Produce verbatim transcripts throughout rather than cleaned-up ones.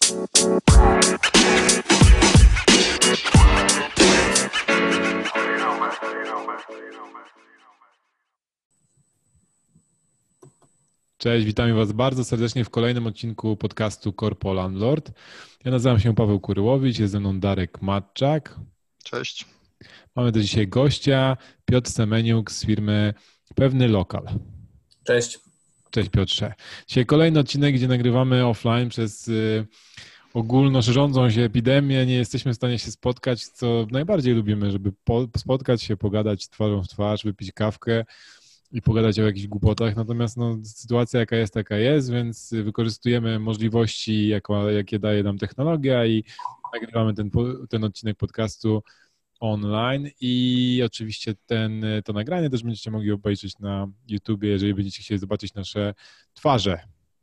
Cześć, witamy Was bardzo serdecznie w kolejnym odcinku podcastu Corpo Landlord. Ja nazywam się Paweł Kuryłowicz, jest ze mną Darek Matczak. Cześć. Mamy też dzisiaj gościa, Piotr Semeniuk z firmy Pewny Lokal. Cześć. Cześć Piotrze. Dzisiaj kolejny odcinek, gdzie nagrywamy offline przez y, ogólno szerzącą się epidemię. Nie jesteśmy w stanie się spotkać, co najbardziej lubimy, żeby po, spotkać się, pogadać twarzą w twarz, wypić kawkę i pogadać o jakichś głupotach, natomiast no, sytuacja jaka jest, taka jest, więc wykorzystujemy możliwości, jako, jakie daje nam technologia i nagrywamy ten, ten odcinek podcastu online i oczywiście ten, to nagranie też będziecie mogli obejrzeć na YouTubie, jeżeli będziecie chcieli zobaczyć nasze twarze.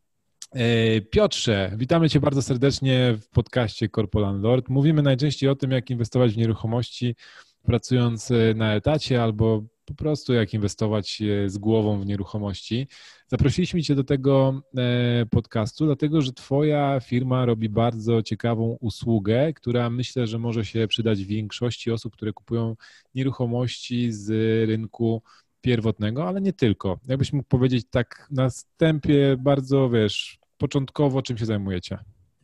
Piotrze, witamy Cię bardzo serdecznie w podcaście Corpo Landlord. Mówimy najczęściej o tym, jak inwestować w nieruchomości pracując na etacie albo po prostu jak inwestować z głową w nieruchomości. Zaprosiliśmy Cię do tego podcastu, dlatego że Twoja firma robi bardzo ciekawą usługę, która myślę, że może się przydać większości osób, które kupują nieruchomości z rynku pierwotnego, ale nie tylko. Jakbyś mógł powiedzieć tak na wstępie bardzo, wiesz, początkowo, czym się zajmujecie?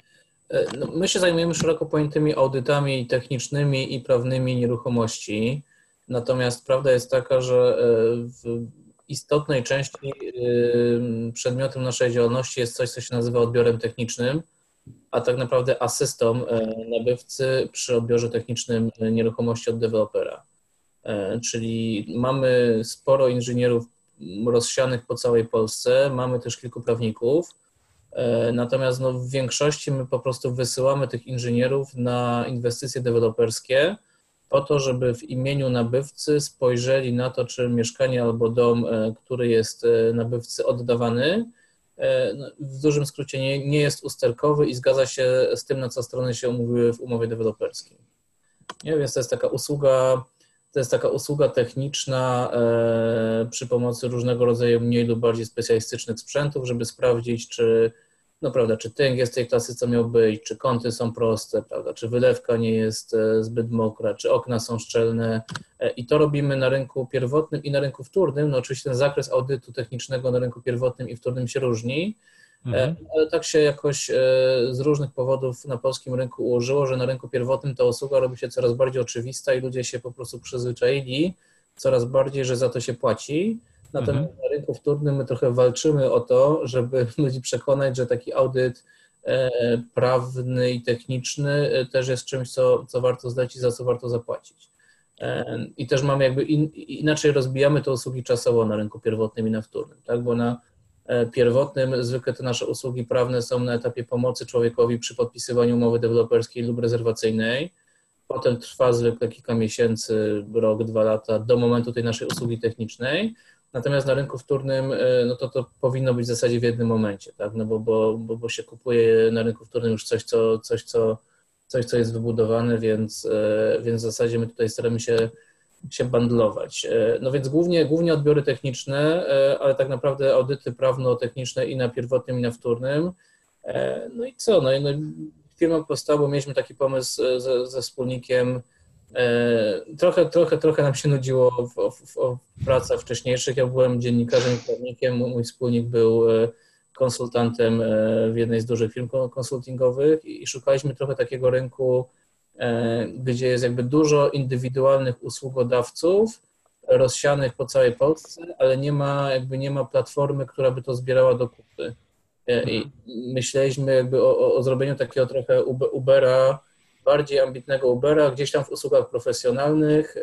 No, my się zajmujemy szeroko pojętymi audytami technicznymi i prawnymi nieruchomości. Natomiast prawda jest taka, że w istotnej części przedmiotem naszej działalności jest coś, co się nazywa odbiorem technicznym, a tak naprawdę asystą nabywcy przy odbiorze technicznym nieruchomości od dewelopera. Czyli mamy sporo inżynierów rozsianych po całej Polsce, mamy też kilku prawników, natomiast no w większości my po prostu wysyłamy tych inżynierów na inwestycje deweloperskie, po to, żeby w imieniu nabywcy spojrzeli na to, czy mieszkanie albo dom, który jest nabywcy oddawany, w dużym skrócie nie, nie jest usterkowy i zgadza się z tym, na co strony się umówiły w umowie deweloperskiej. Nie, więc to jest taka usługa, to jest taka usługa techniczna e, przy pomocy różnego rodzaju mniej lub bardziej specjalistycznych sprzętów, żeby sprawdzić, czy No prawda, czy tynk jest tej klasy, co miał być, czy kąty są proste, prawda, czy wylewka nie jest zbyt mokra, czy okna są szczelne i to robimy na rynku pierwotnym i na rynku wtórnym. No oczywiście ten zakres audytu technicznego na rynku pierwotnym i wtórnym się różni, mhm. ale tak się jakoś z różnych powodów na polskim rynku ułożyło, że na rynku pierwotnym ta usługa robi się coraz bardziej oczywista i ludzie się po prostu przyzwyczaili coraz bardziej, że za to się płaci. Natomiast mhm. na rynku wtórnym my trochę walczymy o to, żeby ludzi przekonać, że taki audyt e, prawny i techniczny też jest czymś, co, co warto zdać i za co warto zapłacić. E, I też mamy jakby in, inaczej rozbijamy te usługi czasowo na rynku pierwotnym i na wtórnym, tak? Bo na e, pierwotnym zwykle te nasze usługi prawne są na etapie pomocy człowiekowi przy podpisywaniu umowy deweloperskiej lub rezerwacyjnej. Potem trwa zwykle kilka miesięcy, rok, dwa lata do momentu tej naszej usługi technicznej. Natomiast na rynku wtórnym no to, to powinno być w zasadzie w jednym momencie, tak? No bo, bo, bo, bo się kupuje na rynku wtórnym już coś, co, coś, co, coś, co jest wybudowane, więc, więc w zasadzie my tutaj staramy się, się bundlować. No więc głównie, głównie odbiory techniczne, ale tak naprawdę audyty prawno-techniczne i na pierwotnym, i na wtórnym. No i co? No, no firma powstała, bo mieliśmy taki pomysł ze, ze wspólnikiem. Trochę, trochę, trochę nam się nudziło w, w, w pracach wcześniejszych. Ja byłem dziennikarzem i prawnikiem, mój wspólnik był konsultantem w jednej z dużych firm konsultingowych i szukaliśmy trochę takiego rynku, gdzie jest jakby dużo indywidualnych usługodawców rozsianych po całej Polsce, ale nie ma, jakby nie ma platformy, która by to zbierała do kupy. I myśleliśmy jakby o, o zrobieniu takiego trochę Ubera, bardziej ambitnego Ubera, gdzieś tam w usługach profesjonalnych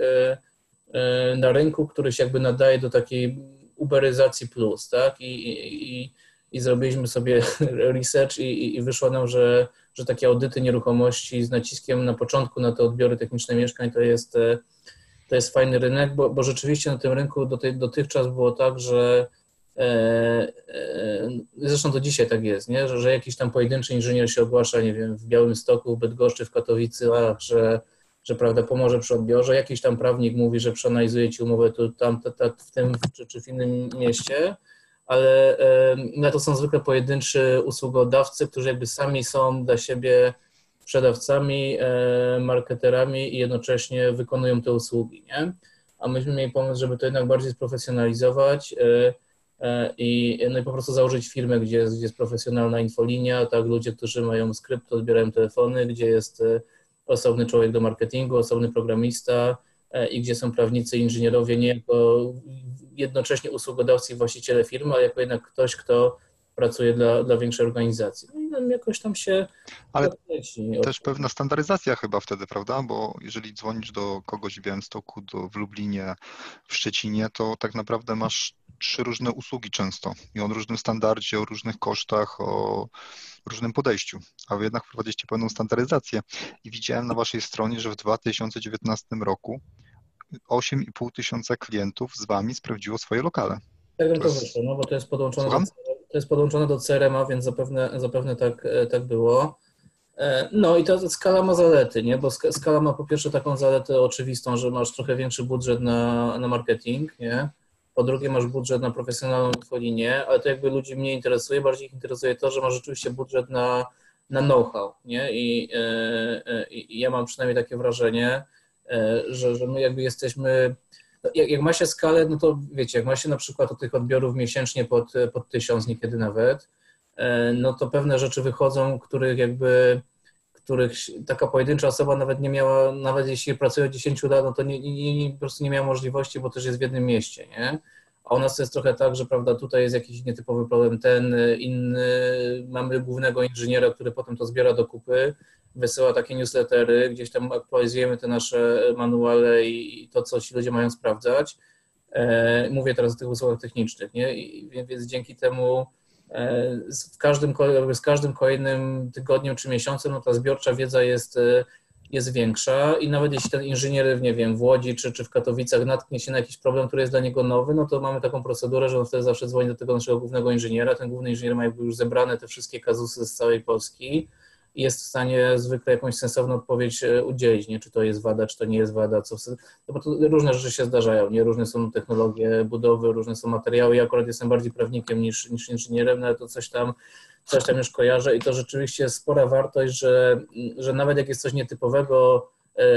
na rynku, który się jakby nadaje do takiej uberyzacji plus, tak? I, i, i zrobiliśmy sobie research i, i wyszło nam, że, że takie audyty nieruchomości z naciskiem na początku na te odbiory techniczne mieszkań to jest, to jest fajny rynek, bo, bo rzeczywiście na tym rynku do tej, dotychczas było tak, że zresztą to dzisiaj tak jest, nie? Że, że jakiś tam pojedynczy inżynier się ogłasza, nie wiem, w Białymstoku, w Bydgoszczy, w Katowicach, że, że prawda, pomoże przy odbiorze, jakiś tam prawnik mówi, że przeanalizuje ci umowę tu, tam, ta, ta, w tym czy, czy w innym mieście, ale no, to są zwykle pojedynczy usługodawcy, którzy jakby sami są dla siebie sprzedawcami, marketerami i jednocześnie wykonują te usługi, nie? A myśmy mieli pomysł, żeby to jednak bardziej sprofesjonalizować i, no i po prostu założyć firmę, gdzie jest, gdzie jest profesjonalna infolinia, tak, ludzie, którzy mają skrypt, odbierają telefony, gdzie jest osobny człowiek do marketingu, osobny programista i gdzie są prawnicy, inżynierowie, nie jako jednocześnie usługodawcy i właściciele firmy, ale jako jednak ktoś, kto pracuje dla, dla większej organizacji. No i nam jakoś tam się... Ale też pewna standaryzacja chyba wtedy, prawda? Bo jeżeli dzwonisz do kogoś w Białymstoku, do, w Lublinie, w Szczecinie, to tak naprawdę masz trzy różne usługi często i o różnym standardzie, o różnych kosztach, o różnym podejściu, a wy jednak wprowadziliście pewną standaryzację i widziałem na waszej stronie, że w dwa tysiące dziewiętnastym roku osiem i pół tysiąca klientów z wami sprawdziło swoje lokale. Tak nam to to jest... wyszło, no bo to jest podłączone do, to jest podłączone do C R M a, więc zapewne, zapewne tak, tak było. No i ta skala ma zalety, nie? Bo skala ma po pierwsze taką zaletę oczywistą, że masz trochę większy budżet na, na marketing, nie? Po drugie masz budżet na profesjonalną infolinię, ale to jakby ludzi mniej interesuje, bardziej ich interesuje to, że masz rzeczywiście budżet na, na know-how, nie? I, i, i ja mam przynajmniej takie wrażenie, że, że my jakby jesteśmy, jak, jak ma się skalę, no to wiecie, jak ma się na przykład od tych odbiorów miesięcznie pod, pod tysiąc, niekiedy nawet, no to pewne rzeczy wychodzą, których jakby, których taka pojedyncza osoba nawet nie miała, nawet jeśli pracuje od dziesięć lat, no to nie, nie, nie, po prostu nie miała możliwości, bo też jest w jednym mieście, nie? A u nas to jest trochę tak, że prawda, tutaj jest jakiś nietypowy problem, ten, inny, mamy głównego inżyniera, który potem to zbiera do kupy, wysyła takie newslettery, gdzieś tam aktualizujemy te nasze manuale i to, co ci ludzie mają sprawdzać. Mówię teraz o tych usługach technicznych, nie? I, więc dzięki temu z każdym, z każdym kolejnym tygodniem czy miesiącem no ta zbiorcza wiedza jest, jest większa i nawet jeśli ten inżynier, nie wiem, w Łodzi czy, czy w Katowicach natknie się na jakiś problem, który jest dla niego nowy, no to mamy taką procedurę, że on wtedy zawsze dzwoni do tego naszego głównego inżyniera. Ten główny inżynier ma jakby już zebrane te wszystkie kazusy z całej Polski i jest w stanie zwykle jakąś sensowną odpowiedź udzielić, nie? Czy to jest wada, czy to nie jest wada, co no bo to różne rzeczy się zdarzają, nie? Różne są technologie budowy, różne są materiały. Ja akurat jestem bardziej prawnikiem niż, niż inżynierem, no ale to coś tam, coś tam już kojarzę i to rzeczywiście jest spora wartość, że, że nawet jak jest coś nietypowego,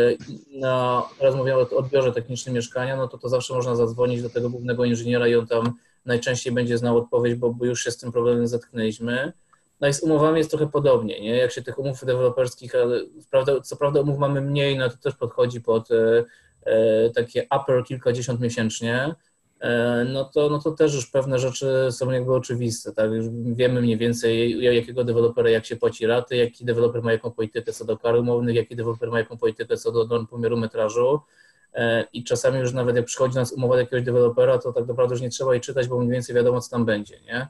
na, teraz mówię o odbiorze technicznym mieszkania, no to to zawsze można zadzwonić do tego głównego inżyniera i on tam najczęściej będzie znał odpowiedź, bo, bo już się z tym problemem zetknęliśmy. No i z umowami jest trochę podobnie, nie? Jak się tych umów deweloperskich, ale prawda, co prawda umów mamy mniej, no to też podchodzi pod e, e, takie upper kilkadziesiąt miesięcznie, e, no, to, no to też już pewne rzeczy są jakby oczywiste, tak? Już wiemy mniej więcej jakiego dewelopera jak się płaci raty, jaki deweloper ma jaką politykę co do kar umownych, jaki deweloper ma jaką politykę co do norm pomiaru metrażu. I czasami już nawet jak przychodzi nas umowa do jakiegoś dewelopera, to tak naprawdę już nie trzeba jej czytać, bo mniej więcej wiadomo, co tam będzie, nie?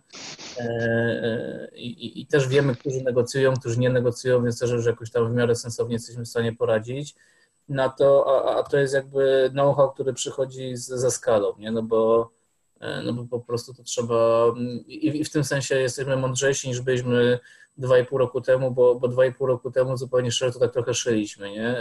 I, i, i też wiemy, którzy negocjują, którzy nie negocjują, więc też już jakoś tam w miarę sensownie jesteśmy w stanie poradzić na to, a, a to jest jakby know-how, który przychodzi z, ze skalą, nie? No bo, no bo po prostu to trzeba i, i w tym sensie jesteśmy mądrzejsi niż byliśmy dwa i pół roku temu, bo, bo dwa i pół roku temu zupełnie szczerze to tak trochę szyliśmy, nie?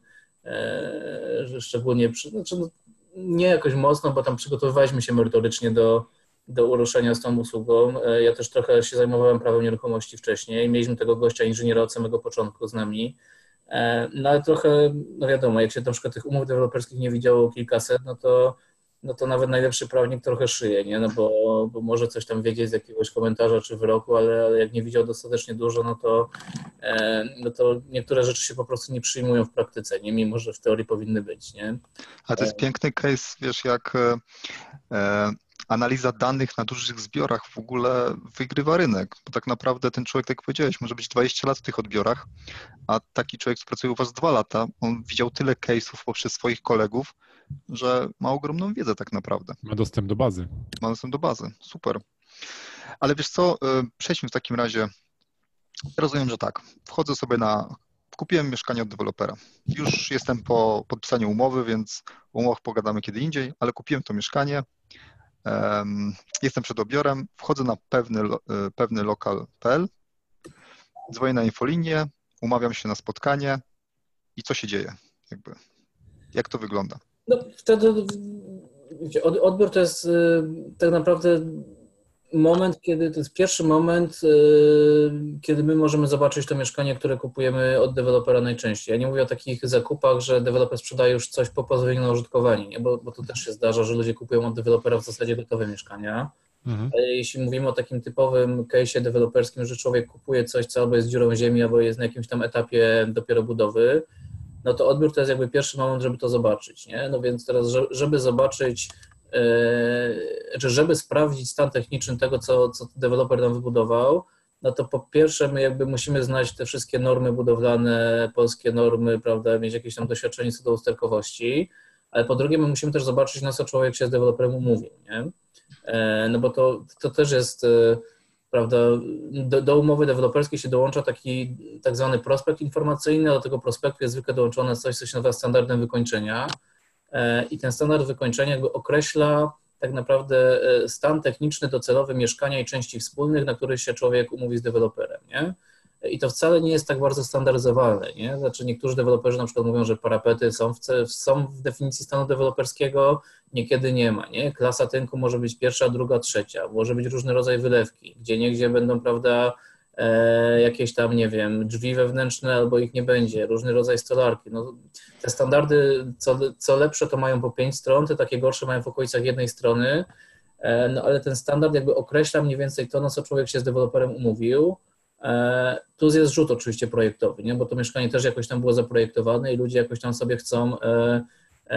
Że szczególnie, przy, znaczy no, nie jakoś mocno, bo tam przygotowywaliśmy się merytorycznie do, do uruszenia z tą usługą. Ja też trochę się zajmowałem prawem nieruchomości wcześniej. Mieliśmy tego gościa inżyniera od samego początku z nami. No ale trochę, no wiadomo, jak się na przykład tych umów deweloperskich nie widziało kilkaset, no to no to nawet najlepszy prawnik trochę szyje, nie? No bo, bo może coś tam wiedzieć z jakiegoś komentarza czy wyroku, ale, ale jak nie widział dostatecznie dużo, no to, e, no to niektóre rzeczy się po prostu nie przyjmują w praktyce, nie? Mimo że w teorii powinny być, nie? A to jest piękny case, wiesz, jak e, analiza danych na dużych zbiorach w ogóle wygrywa rynek, bo tak naprawdę ten człowiek, tak jak powiedziałeś, może być dwadzieścia lat w tych odbiorach, a taki człowiek, który pracuje u was dwa lata, on widział tyle case'ów poprzez swoich kolegów, że ma ogromną wiedzę tak naprawdę. Ma dostęp do bazy. Ma dostęp do bazy, super. Ale wiesz co, przejdźmy w takim razie, rozumiem, że tak, wchodzę sobie na, kupiłem mieszkanie od dewelopera, już jestem po podpisaniu umowy, więc o umowach pogadamy kiedy indziej, ale kupiłem to mieszkanie, um, jestem przed odbiorem, wchodzę na pewny, pewny lokal kropka p l, dzwonię na infolinię, umawiam się na spotkanie i co się dzieje? Jakby, jak to wygląda? No wtedy odbiór to jest tak naprawdę moment, kiedy to jest pierwszy moment, kiedy my możemy zobaczyć to mieszkanie, które kupujemy od dewelopera najczęściej. Ja nie mówię o takich zakupach, że deweloper sprzedaje już coś po pozwoleniu na użytkowanie, nie? Bo, bo to też się zdarza, że ludzie kupują od dewelopera w zasadzie gotowe mieszkania. Mhm. Ale jeśli mówimy o takim typowym case'ie deweloperskim, że człowiek kupuje coś, co albo jest dziurą ziemi, albo jest na jakimś tam etapie dopiero budowy, no to odbiór to jest jakby pierwszy moment, żeby to zobaczyć, nie? No więc teraz, żeby zobaczyć, czy żeby sprawdzić stan techniczny tego, co, co deweloper nam wybudował, no to po pierwsze my jakby musimy znać te wszystkie normy budowlane, polskie normy, prawda, mieć jakieś tam doświadczenie co do usterkowości, ale po drugie my musimy też zobaczyć, na co człowiek się z deweloperem umówił, nie? No bo to, to też jest, prawda, do, do umowy deweloperskiej się dołącza taki tak zwany prospekt informacyjny, do tego prospektu jest zwykle dołączone coś, co się nazywa standardem wykończenia i ten standard wykończenia jakby określa tak naprawdę stan techniczny docelowy mieszkania i części wspólnych, na których się człowiek umówi z deweloperem, nie? I to wcale nie jest tak bardzo standaryzowane, nie? Znaczy niektórzy deweloperzy na przykład mówią, że parapety są w, są w definicji stanu deweloperskiego, niekiedy nie ma, nie? Klasa tynku może być pierwsza, druga, trzecia, może być różny rodzaj wylewki, gdzie niegdzie będą, prawda, e, jakieś tam, nie wiem, drzwi wewnętrzne albo ich nie będzie, różny rodzaj stolarki. No, te standardy, co, co lepsze to mają po pięć stron, te takie gorsze mają w okolicach jednej strony, e, no ale ten standard jakby określa mniej więcej to, na co człowiek się z deweloperem umówił. Plus jest rzut oczywiście projektowy, nie? Bo to mieszkanie też jakoś tam było zaprojektowane i ludzie jakoś tam sobie chcą, e, e,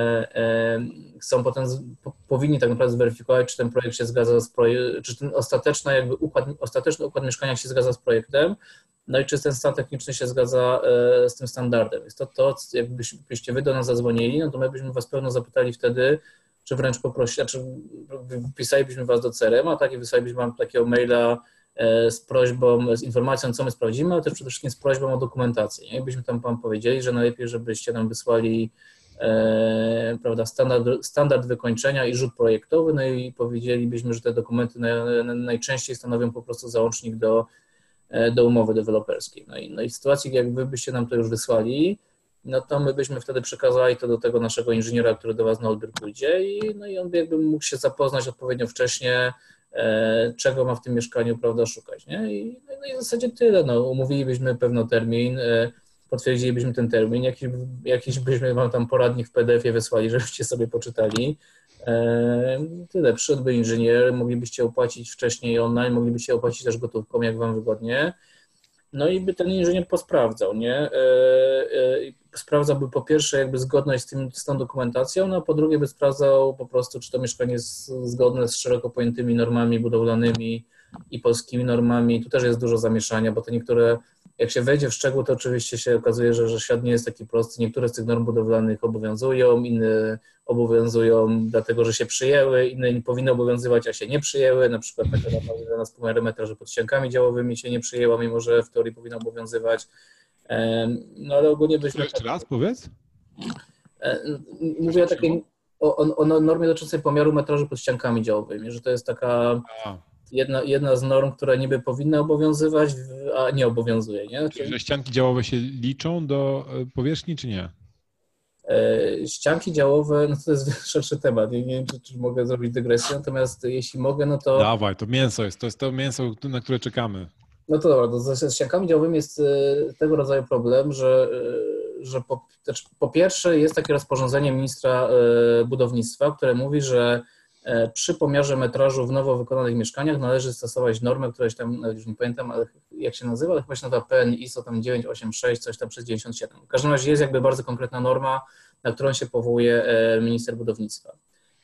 e, chcą potem, z, po, powinni tak naprawdę zweryfikować, czy ten projekt się zgadza z projektem, czy ten ostateczny jakby układ, ostateczny układ mieszkania się zgadza z projektem, no i czy ten stan techniczny się zgadza e, z tym standardem. Jest to to, jakbyście wy do nas zadzwonili, no to my byśmy was pewno zapytali wtedy, czy wręcz poprosili, czy wpisalibyśmy was do C R M a, tak, i wysłalibyśmy wam takiego maila z prośbą, z informacją, co my sprawdzimy, ale też przede wszystkim z prośbą o dokumentację. Nie? Byśmy tam wam powiedzieli, że najlepiej, żebyście nam wysłali e, prawda, standard, standard wykończenia i rzut projektowy, no i powiedzielibyśmy, że te dokumenty na, na, najczęściej stanowią po prostu załącznik do, do umowy deweloperskiej. No i, no i w sytuacji, jak wy byście nam to już wysłali, no to my byśmy wtedy przekazali to do tego naszego inżyniera, który do was na odbiór pójdzie i, no i on jakby mógł się zapoznać odpowiednio wcześnie, czego ma w tym mieszkaniu, prawda, szukać, nie? I, no i w zasadzie tyle, no, umówilibyśmy pewno termin, potwierdzilibyśmy ten termin, jakiś, jakiś byśmy wam tam poradnik w P D F-ie wysłali, żebyście sobie poczytali. Tyle, przyszedłby inżynier, moglibyście opłacić wcześniej online, moglibyście opłacić też gotówką, jak wam wygodnie. No i by ten inżynier posprawdzał, nie? Sprawdzałby po pierwsze jakby zgodność z, tym, z tą dokumentacją, no a po drugie by sprawdzał po prostu, czy to mieszkanie jest zgodne z szeroko pojętymi normami budowlanymi i polskimi normami. Tu też jest dużo zamieszania, bo te niektóre, jak się wejdzie w szczegół, to oczywiście się okazuje, że, że świat nie jest taki prosty. Niektóre z tych norm budowlanych obowiązują, inne obowiązują dlatego, że się przyjęły, inne nie powinny obowiązywać, a się nie przyjęły. Na przykład taka norma dla nas pomiary metrażu pod ściankami działowymi się nie przyjęła, mimo że w teorii powinna obowiązywać. No ale ogólnie byśmy... Jeszcze raz powiedz? Mówię o takiej, o, o normie dotyczącej pomiaru metrażu pod ściankami działowymi, że to jest taka jedna, jedna z norm, która niby powinna obowiązywać, a nie obowiązuje, nie? Czyli, że ścianki działowe się liczą do powierzchni, czy nie? Ścianki działowe, no to jest szerszy temat, nie, nie wiem, czy, czy mogę zrobić dygresję, natomiast jeśli mogę, no to... Dawaj, to mięso jest, to jest to mięso, na które czekamy. No to dobra, to z ściankami działowymi jest tego rodzaju problem, że, że po, po pierwsze jest takie rozporządzenie ministra budownictwa, które mówi, że przy pomiarze metrażu w nowo wykonanych mieszkaniach należy stosować normę, która się tam, już nie pamiętam, ale jak się nazywa, ale chyba się nazywa P N I S O tam dziewięćset osiemdziesiąt sześć, coś tam przez dziewięćdziesiąt siedem. W każdym razie jest jakby bardzo konkretna norma, na którą się powołuje minister budownictwa.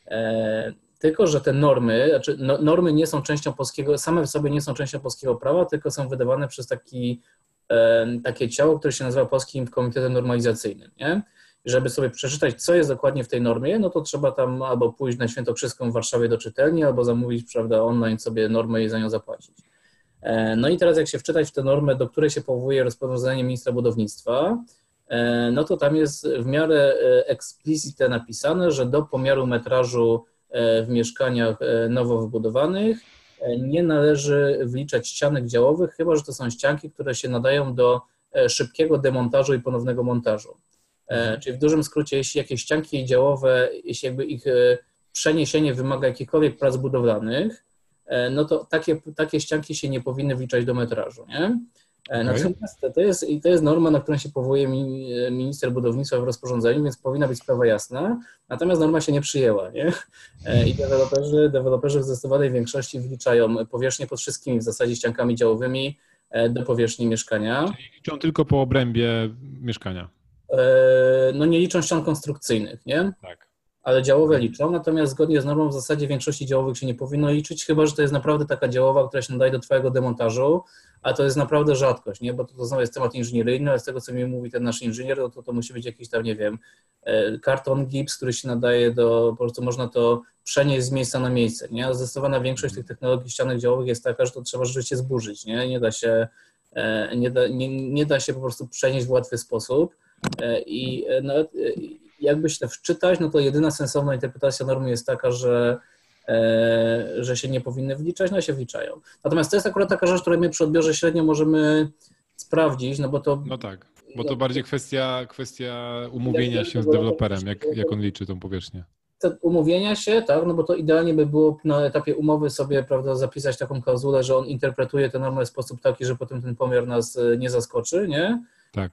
Tylko że te normy, znaczy normy nie są częścią polskiego, same w sobie nie są częścią polskiego prawa, tylko są wydawane przez taki, takie ciało, które się nazywa Polskim Komitetem Normalizacyjnym, nie? Żeby sobie przeczytać, co jest dokładnie w tej normie, no to trzeba tam albo pójść na Świętokrzyską w Warszawie do czytelni, albo zamówić, prawda, online sobie normę i za nią zapłacić. No i teraz jak się wczytać w tę normę, do której się powołuje rozporządzenie ministra budownictwa, no to tam jest w miarę explicite napisane, że do pomiaru metrażu w mieszkaniach nowo wybudowanych nie należy wliczać ścianek działowych, chyba że to są ścianki, które się nadają do szybkiego demontażu i ponownego montażu. Czyli w dużym skrócie, jeśli jakieś ścianki działowe, jeśli jakby ich przeniesienie wymaga jakichkolwiek prac budowlanych, no to takie, takie ścianki się nie powinny wliczać do metrażu, nie? Okay. Natomiast to jest, i to jest norma, na którą się powołuje minister budownictwa w rozporządzeniu, więc powinna być sprawa jasna, natomiast norma się nie przyjęła, nie? I deweloperzy, deweloperzy w zdecydowanej większości wliczają powierzchnię pod wszystkimi w zasadzie ściankami działowymi do powierzchni mieszkania. Czyli liczą tylko po obrębie mieszkania. No nie liczą ścian konstrukcyjnych, nie? Tak. Ale działowe liczą, natomiast zgodnie z normą w zasadzie większości działowych się nie powinno liczyć, chyba że to jest naprawdę taka działowa, która się nadaje do twojego demontażu, a to jest naprawdę rzadkość, nie? Bo to, to znowu jest temat inżynieryjny, ale z tego, co mi mówi ten nasz inżynier, no to to musi być jakiś tam, nie wiem, karton, gips, który się nadaje do, po prostu można to przenieść z miejsca na miejsce, nie? A zdecydowana większość tych technologii ścianek działowych jest taka, że to trzeba rzeczywiście zburzyć, nie? Nie da się, nie da, nie, nie da się po prostu przenieść w łatwy sposób i no, jakby się to wczytać, no to jedyna sensowna interpretacja normy jest taka, że, e, że się nie powinny wliczać, no się wliczają. Natomiast to jest akurat taka rzecz, której my przy odbiorze średnio możemy sprawdzić, no bo to... No tak, bo to bardziej kwestia, kwestia umówienia się z deweloperem, jak, jak on liczy tą powierzchnię. Te umówienia się, tak, no bo to idealnie by było na etapie umowy sobie, prawda, zapisać taką klauzulę, że on interpretuje tę normę w sposób taki, że potem ten pomiar nas nie zaskoczy, nie? Tak.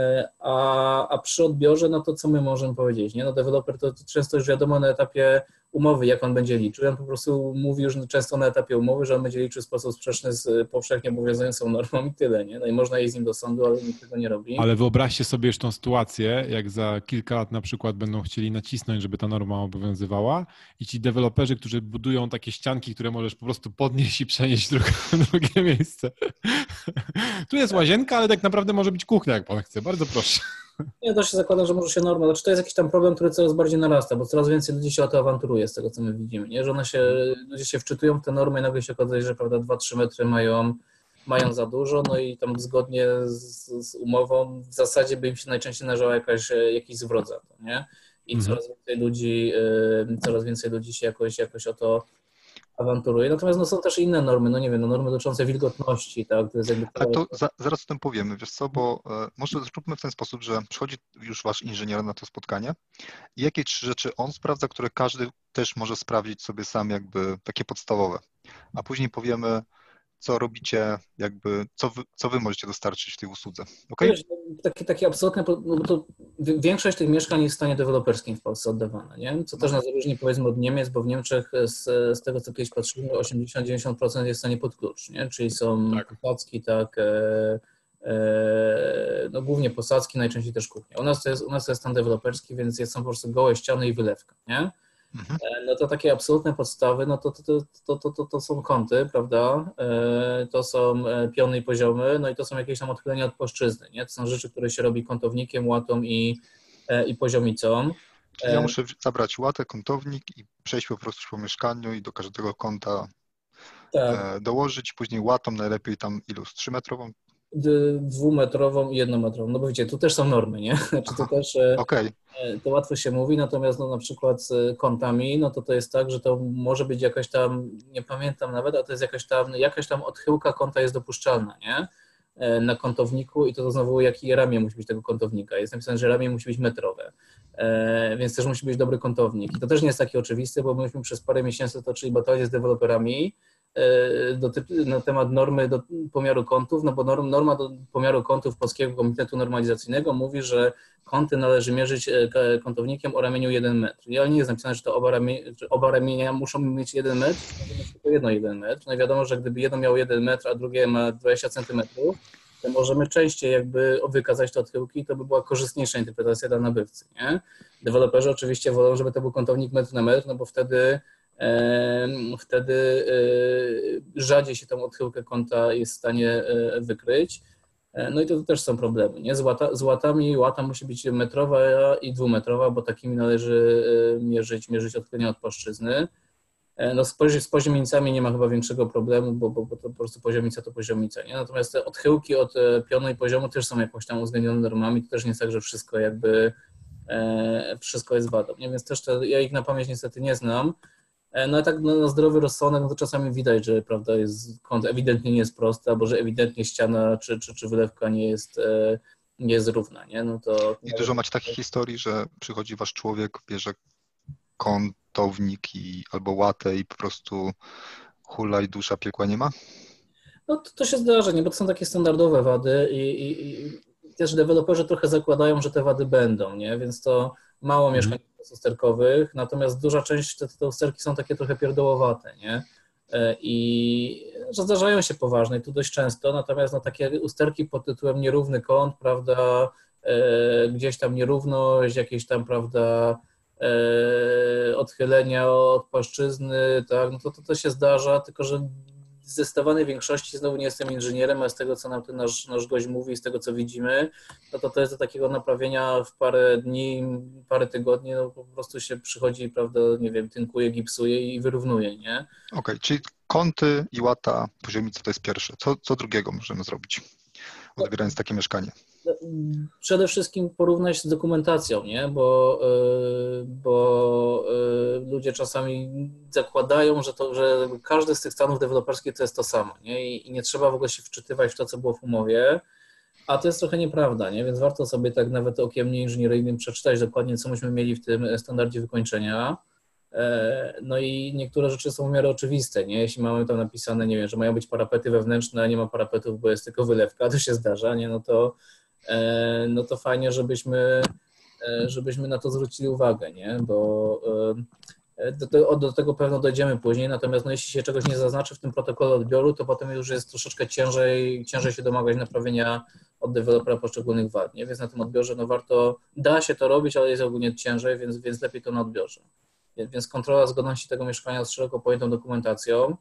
A, a przy odbiorze, no to co my możemy powiedzieć, nie? No deweloper to, to często już wiadomo na etapie umowy, jak on będzie liczył. On po prostu mówi już często na etapie umowy, że on będzie liczył w sposób sprzeczny z powszechnie obowiązującą normą i tyle, nie? No i można iść z nim do sądu, ale nikt tego nie robi. Ale wyobraźcie sobie już tą sytuację, jak za kilka lat na przykład będą chcieli nacisnąć, żeby ta norma obowiązywała i ci deweloperzy, którzy budują takie ścianki, które możesz po prostu podnieść i przenieść w drugie, drugie miejsce. Tu jest łazienka, ale tak naprawdę może być kuchnia, jak pan chce. Bardzo proszę. Ja też się zakładam, że może się norma, znaczy to jest jakiś tam problem, który coraz bardziej narasta, bo coraz więcej ludzi się o to awanturuje z tego, co my widzimy, nie? Że one się, ludzie się wczytują w te normy i nagle się okazuje, że prawda, dwa trzy metry mają, mają za dużo, no i tam zgodnie z, z umową w zasadzie by im się najczęściej należała jakaś, jakiś zwrot za to, nie? I mhm. coraz więcej ludzi, coraz więcej ludzi się jakoś, jakoś o to awanturuje. Natomiast no, są też inne normy, no nie wiem, no, normy dotyczące wilgotności, tak? To jest jakby... Ale to za, zaraz o tym powiemy, wiesz co, bo e, może zróbmy w ten sposób, że przychodzi już wasz inżynier na to spotkanie i jakie trzy rzeczy on sprawdza, które każdy też może sprawdzić sobie sam jakby takie podstawowe, a później powiemy, co robicie, jakby, co wy, co wy możecie dostarczyć w tej usłudze, okej? Okay? Takie, takie absolutne, no bo to większość tych mieszkań jest w stanie deweloperskim w Polsce oddawana, nie? Co też nas różni powiedzmy od Niemiec, bo w Niemczech z, z tego, co kiedyś patrzymy, osiemdziesiąt do dziewięćdziesięciu procent jest w stanie pod klucz, nie? Czyli są tak. posadzki, tak, e, e, no głównie posadzki, najczęściej też kuchnia. U nas to jest, u nas to jest stan deweloperski, więc są po prostu gołe ściany i wylewka, nie? Mhm. No to takie absolutne podstawy, no to, to, to, to, to, to są kąty, prawda, to są piony i poziomy, no i to są jakieś tam odchylenia od płaszczyzny, nie? To są rzeczy, które się robi kątownikiem, łatą i, i poziomicą. Czyli ja muszę zabrać łatę, kątownik i przejść po prostu po mieszkaniu i do każdego kąta tak. dołożyć, później łatą najlepiej tam iluś, trzymetrową? Dwumetrową i jednometrową, no bo wiecie, tu też są normy, nie? Znaczy to też, okay. To łatwo się mówi, natomiast no na przykład z kątami, no to to jest tak, że to może być jakaś tam, nie pamiętam nawet, a to jest jakaś tam, jakaś tam odchyłka kąta jest dopuszczalna, nie? Na kątowniku i to, to znowu jaki ramię musi być tego kątownika. Jest napisane, że ramię musi być metrowe, e, więc też musi być dobry kątownik. I to też nie jest takie oczywiste, bo myśmy przez parę miesięcy toczyli batalię z deweloperami Do, na temat normy do pomiaru kątów, no bo norm, norma do pomiaru kątów Polskiego Komitetu Normalizacyjnego mówi, że kąty należy mierzyć kątownikiem o ramieniu jeden metr. I ale nie jest napisane, że to oba, ramie, że oba ramienia muszą mieć jeden metr, tylko jedno jeden metr. No i wiadomo, że gdyby jedno miało jeden metr, a drugie ma dwadzieścia centymetrów, to możemy częściej jakby wykazać te odchyłki i to by była korzystniejsza interpretacja dla nabywcy, nie? Deweloperzy oczywiście wolą, żeby to był kątownik metr na metr, no bo wtedy wtedy rzadziej się tą odchyłkę kąta jest w stanie wykryć. No i to też są problemy, nie? Z, łata, z łatami łata musi być metrowa i dwumetrowa, bo takimi należy mierzyć, mierzyć odchylenia od płaszczyzny. No z, z poziomicami nie ma chyba większego problemu, bo, bo, bo to po prostu poziomica to poziomica, nie? Natomiast te odchyłki od pionu i poziomu też są jakoś tam uwzględnione normami, to też nie jest tak, że wszystko jakby wszystko jest wadą, nie? Więc też te, ja ich na pamięć niestety nie znam. No i tak no, na zdrowy rozsądek, no to czasami widać, że prawda, jest, kąt ewidentnie nie jest prosty, albo że ewidentnie ściana czy, czy, czy wylewka nie jest, nie jest równa, nie? No to... I dużo macie takich historii, że przychodzi wasz człowiek, bierze kątownik i, albo łatę i po prostu hulaj dusza, piekła nie ma? No to, to się zdarza, nie? Bo to są takie standardowe wady i, i, i też deweloperzy trochę zakładają, że te wady będą, nie? Więc to mało Mhm. mieszkań usterkowych, natomiast duża część, te, te usterki są takie trochę pierdołowate, nie? I że zdarzają się poważne i to dość często, natomiast no, takie usterki pod tytułem nierówny kąt, prawda, e, gdzieś tam nierówność, jakieś tam, prawda, e, odchylenia od płaszczyzny, tak, no to, to to się zdarza, tylko że w zdecydowanej większości, znowu nie jestem inżynierem, ale z tego, co nam ten nasz, nasz gość mówi, z tego, co widzimy, no to to jest do takiego naprawienia w parę dni, parę tygodni, no po prostu się przychodzi, prawda, nie wiem, tynkuje, gipsuje i wyrównuje, nie? Okej, okay, czyli kąty i łata poziomica to jest pierwsze. Co, co drugiego możemy zrobić, odbierając takie mieszkanie? Przede wszystkim porównać z dokumentacją, nie? Bo, bo ludzie czasami zakładają, że, to, że każdy z tych stanów deweloperskich to jest to samo, nie? I, i nie trzeba w ogóle się wczytywać w to, co było w umowie, a to jest trochę nieprawda, nie? Więc warto sobie tak nawet okiem nieinżynieryjnym przeczytać dokładnie, co myśmy mieli w tym standardzie wykończenia. No i niektóre rzeczy są w miarę oczywiste, nie? Jeśli mamy tam napisane, nie wiem, że mają być parapety wewnętrzne, a nie ma parapetów, bo jest tylko wylewka, to się zdarza, nie? No to no to fajnie, żebyśmy, żebyśmy na to zwrócili uwagę, nie? Bo do, do, do tego pewno dojdziemy później, natomiast no, jeśli się czegoś nie zaznaczy w tym protokole odbioru, to potem już jest troszeczkę ciężej, ciężej się domagać naprawienia od dewelopera poszczególnych wad, nie? Więc na tym odbiorze no warto, da się to robić, ale jest ogólnie ciężej, więc, więc lepiej to na odbiorze. Więc kontrola zgodności tego mieszkania z szeroko pojętą dokumentacją.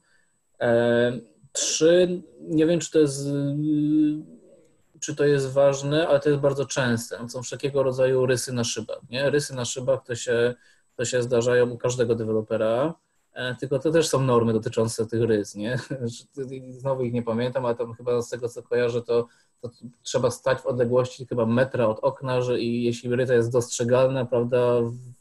Trzy, nie wiem, czy to jest czy to jest ważne, ale to jest bardzo częste. Są wszelkiego rodzaju rysy na szybach, nie? Rysy na szybach to się, to się zdarzają u każdego dewelopera, tylko to też są normy dotyczące tych rys, nie? Znowu ich nie pamiętam, ale tam chyba z tego, co kojarzę, to, to trzeba stać w odległości chyba metra od okna, że i jeśli rysa jest dostrzegalna, prawda,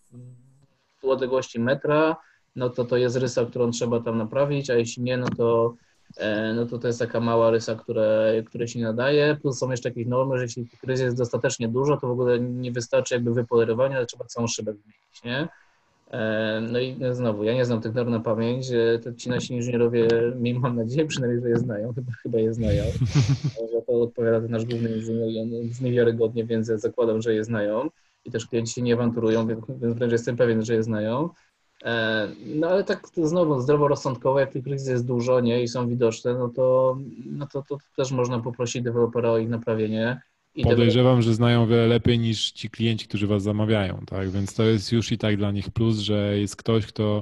w odległości metra, no to to jest rysa, którą trzeba tam naprawić, a jeśli nie, no to no to to jest taka mała rysa, które, które się nadaje, plus są jeszcze jakieś normy, że jeśli tych rys jest dostatecznie dużo, to w ogóle nie wystarczy jakby wypolerowanie, ale trzeba całą szybę wymienić, nie? No i znowu, ja nie znam tych norm na pamięć, to ci nasi inżynierowie, mam nadzieję przynajmniej, że je znają, chyba, chyba je znają, że to odpowiada ten nasz główny inżynier i on brzmi wiarygodnie, więc ja zakładam, że je znają i też klienci się nie awanturują, więc, więc wręcz jestem pewien, że je znają. No ale tak znowu zdroworozsądkowo, jak tych rys jest dużo, nie, i są widoczne, no to, no to, to też można poprosić dewelopera o ich naprawienie. I Podejrzewam, że znają o wiele lepiej niż ci klienci, którzy was zamawiają, tak? Więc to jest już i tak dla nich plus, że jest ktoś, kto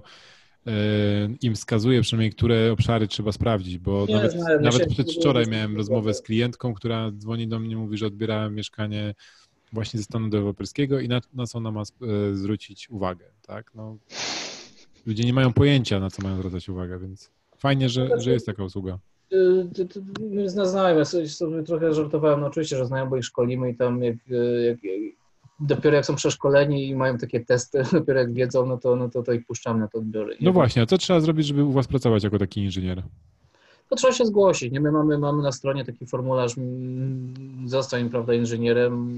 im wskazuje przynajmniej, które obszary trzeba sprawdzić, bo nie, nawet, znałem, nawet myślę, przedwczoraj że- miałem rozmowę z klientką, która dzwoni do mnie, mówi, że odbierałem mieszkanie właśnie ze stanu deweloperskiego i na, na co ona ma e, zwrócić uwagę, tak? No, ludzie nie mają pojęcia, na co mają zwracać uwagę, więc fajnie, że, że jest taka usługa. Y, ty- ty- My zna- znałem, ja sobie, sobie trochę żartowałem, no oczywiście, że znają, bo ich szkolimy i tam jak, jak, dopiero jak są przeszkoleni i mają takie testy, dopiero jak wiedzą, no to, no to, to ich puszczamy na to odbiory. Nie? No właśnie, a co trzeba zrobić, żeby u was pracować jako taki inżynier? To trzeba się zgłosić, nie? My mamy, mamy na stronie taki formularz, mm, zostań, prawda, inżynierem.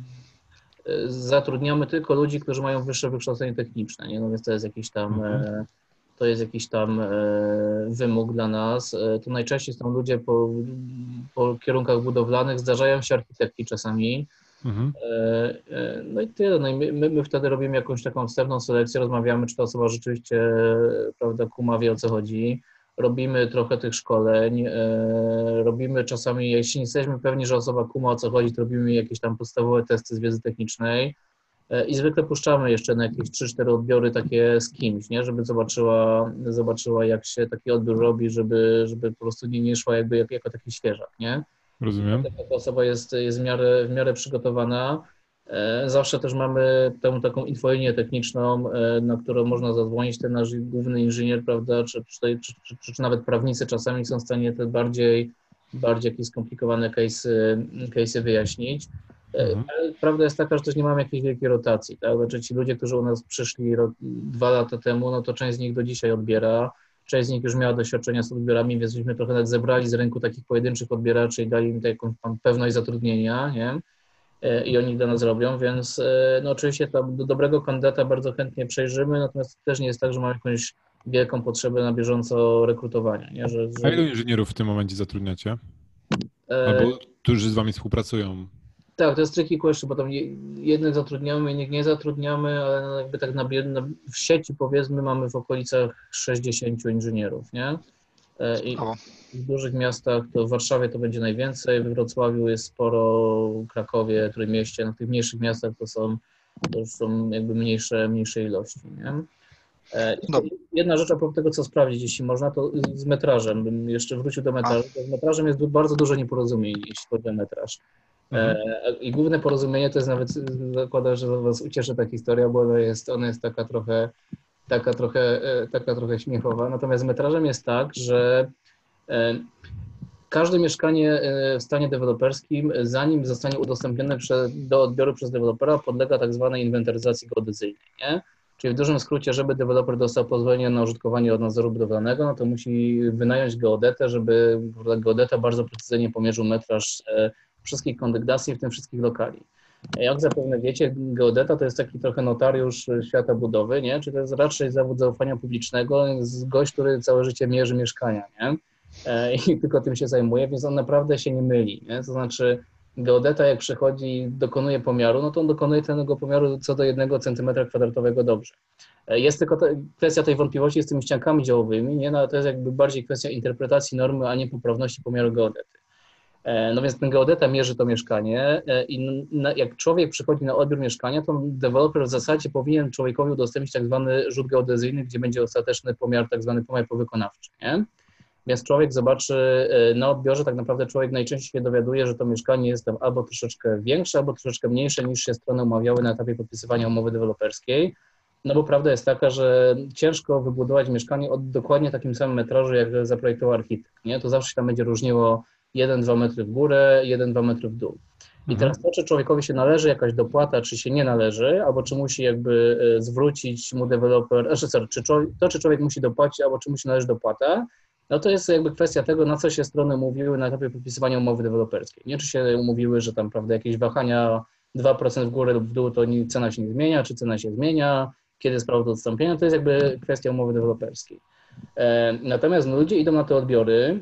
Y, Zatrudniamy tylko ludzi, którzy mają wyższe wykształcenie techniczne, nie? No więc to jest jakiś tam, Mhm. e, to jest jakiś tam e, wymóg dla nas. E, To najczęściej są ludzie po, po kierunkach budowlanych, zdarzają się architekci czasami. Mhm. E, e, No i tyle. No i my, my, my wtedy robimy jakąś taką wstępną selekcję, rozmawiamy, czy ta osoba rzeczywiście, prawda, kuma, wie, o co chodzi. Robimy trochę tych szkoleń, e, robimy czasami, jeśli nie jesteśmy pewni, że osoba kuma, o co chodzi, to robimy jakieś tam podstawowe testy z wiedzy technicznej e, i zwykle puszczamy jeszcze na jakieś trzy cztery odbiory takie z kimś, nie? Żeby zobaczyła, zobaczyła, jak się taki odbiór robi, żeby, żeby po prostu nie, nie szła jakby jak, jako taki świeżak, nie? Rozumiem. Taka osoba jest, jest w miarę, w miarę przygotowana. E, Zawsze też mamy tę taką infolinię techniczną, e, na którą można zadzwonić. Ten nasz główny inżynier, prawda, czy, czy, czy, czy, czy nawet prawnicy czasami są w stanie te bardziej, bardziej jakieś skomplikowane case'y, case'y wyjaśnić. E, Mhm. Ale prawda jest taka, że też nie mamy jakiejś wielkiej rotacji. Tak? Znaczy ci ludzie, którzy u nas przyszli rok, dwa lata temu, no to część z nich do dzisiaj odbiera. Część z nich już miała doświadczenia z odbiorami, więc myśmy trochę nawet zebrali z rynku takich pojedynczych odbieraczy i dali im taką tam pewność zatrudnienia, nie? E, I oni dla nas robią, więc e, no oczywiście tam do dobrego kandydata bardzo chętnie przejrzymy, natomiast to też nie jest tak, że mamy jakąś wielką potrzebę na bieżąco rekrutowania. Nie? Że, że... A ilu inżynierów w tym momencie zatrudniacie? Albo którzy z wami współpracują? Tak, to jest tricky question, bo tam jednych zatrudniamy, innych nie zatrudniamy, ale jakby tak na, na, w sieci powiedzmy mamy w okolicach sześćdziesięciu inżynierów, nie? I w dużych miastach, to w Warszawie to będzie najwięcej, we Wrocławiu jest sporo, w Krakowie, Trójmieście, na tych mniejszych miastach to są, to już są jakby mniejsze, mniejsze ilości, nie? No. Jedna rzecz a propos tego, co sprawdzić, jeśli można, to z metrażem, bym jeszcze wrócił do metrażu. Z metrażem jest bardzo dużo nieporozumień, jeśli chodzi o metraż. Mhm. I główne porozumienie to jest nawet, zakładam, że was ucieszy ta historia, bo ona jest, ona jest taka trochę, taka trochę, taka trochę śmiechowa. Natomiast z metrażem jest tak, że każde mieszkanie w stanie deweloperskim, zanim zostanie udostępnione do odbioru przez dewelopera, podlega tak zwanej inwentaryzacji geodezyjnej, nie? Czyli w dużym skrócie, żeby deweloper dostał pozwolenie na użytkowanie od nadzoru budowlanego, no to musi wynająć geodetę, żeby geodeta bardzo precyzyjnie pomierzył metraż wszystkich kondygnacji, w tym wszystkich lokali. Jak zapewne wiecie, geodeta to jest taki trochę notariusz świata budowy, nie? Czy to jest raczej zawód zaufania publicznego, jest gość, który całe życie mierzy mieszkania, nie? I tylko tym się zajmuje, więc on naprawdę się nie myli, nie? To znaczy geodeta jak przychodzi, dokonuje pomiaru, no to on dokonuje tego pomiaru co do jednego centymetra kwadratowego dobrze. Jest tylko ta, kwestia tej wątpliwości z tymi ściankami działowymi, nie? No, to jest jakby bardziej kwestia interpretacji normy, a nie poprawności pomiaru geodety. No więc ten geodeta mierzy to mieszkanie i jak człowiek przychodzi na odbiór mieszkania, to deweloper w zasadzie powinien człowiekowi udostępnić tak zwany rzut geodezyjny, gdzie będzie ostateczny pomiar, tak zwany pomiar powykonawczy, nie? Więc człowiek zobaczy na odbiorze, tak naprawdę człowiek najczęściej się dowiaduje, że to mieszkanie jest tam albo troszeczkę większe, albo troszeczkę mniejsze niż się strony umawiały na etapie podpisywania umowy deweloperskiej. No bo prawda jest taka, że ciężko wybudować mieszkanie o dokładnie takim samym metrażu, jak zaprojektował architekt, nie? To zawsze się tam będzie różniło jeden dwa metry w górę, jeden dwa metry w dół. I teraz to, czy człowiekowi się należy jakaś dopłata, czy się nie należy, albo czy musi jakby zwrócić mu deweloper, znaczy sorry, czy człowiek, to, czy człowiek musi dopłacić, albo czy musi należy dopłata, no to jest jakby kwestia tego, na co się strony umówiły na etapie podpisywania umowy deweloperskiej. Nie, czy się umówiły, że tam, prawda, jakieś wahania dwa procent w górę lub w dół, to cena się nie zmienia, czy cena się zmienia, kiedy jest prawo do odstąpienia, to jest jakby kwestia umowy deweloperskiej. Natomiast ludzie idą na te odbiory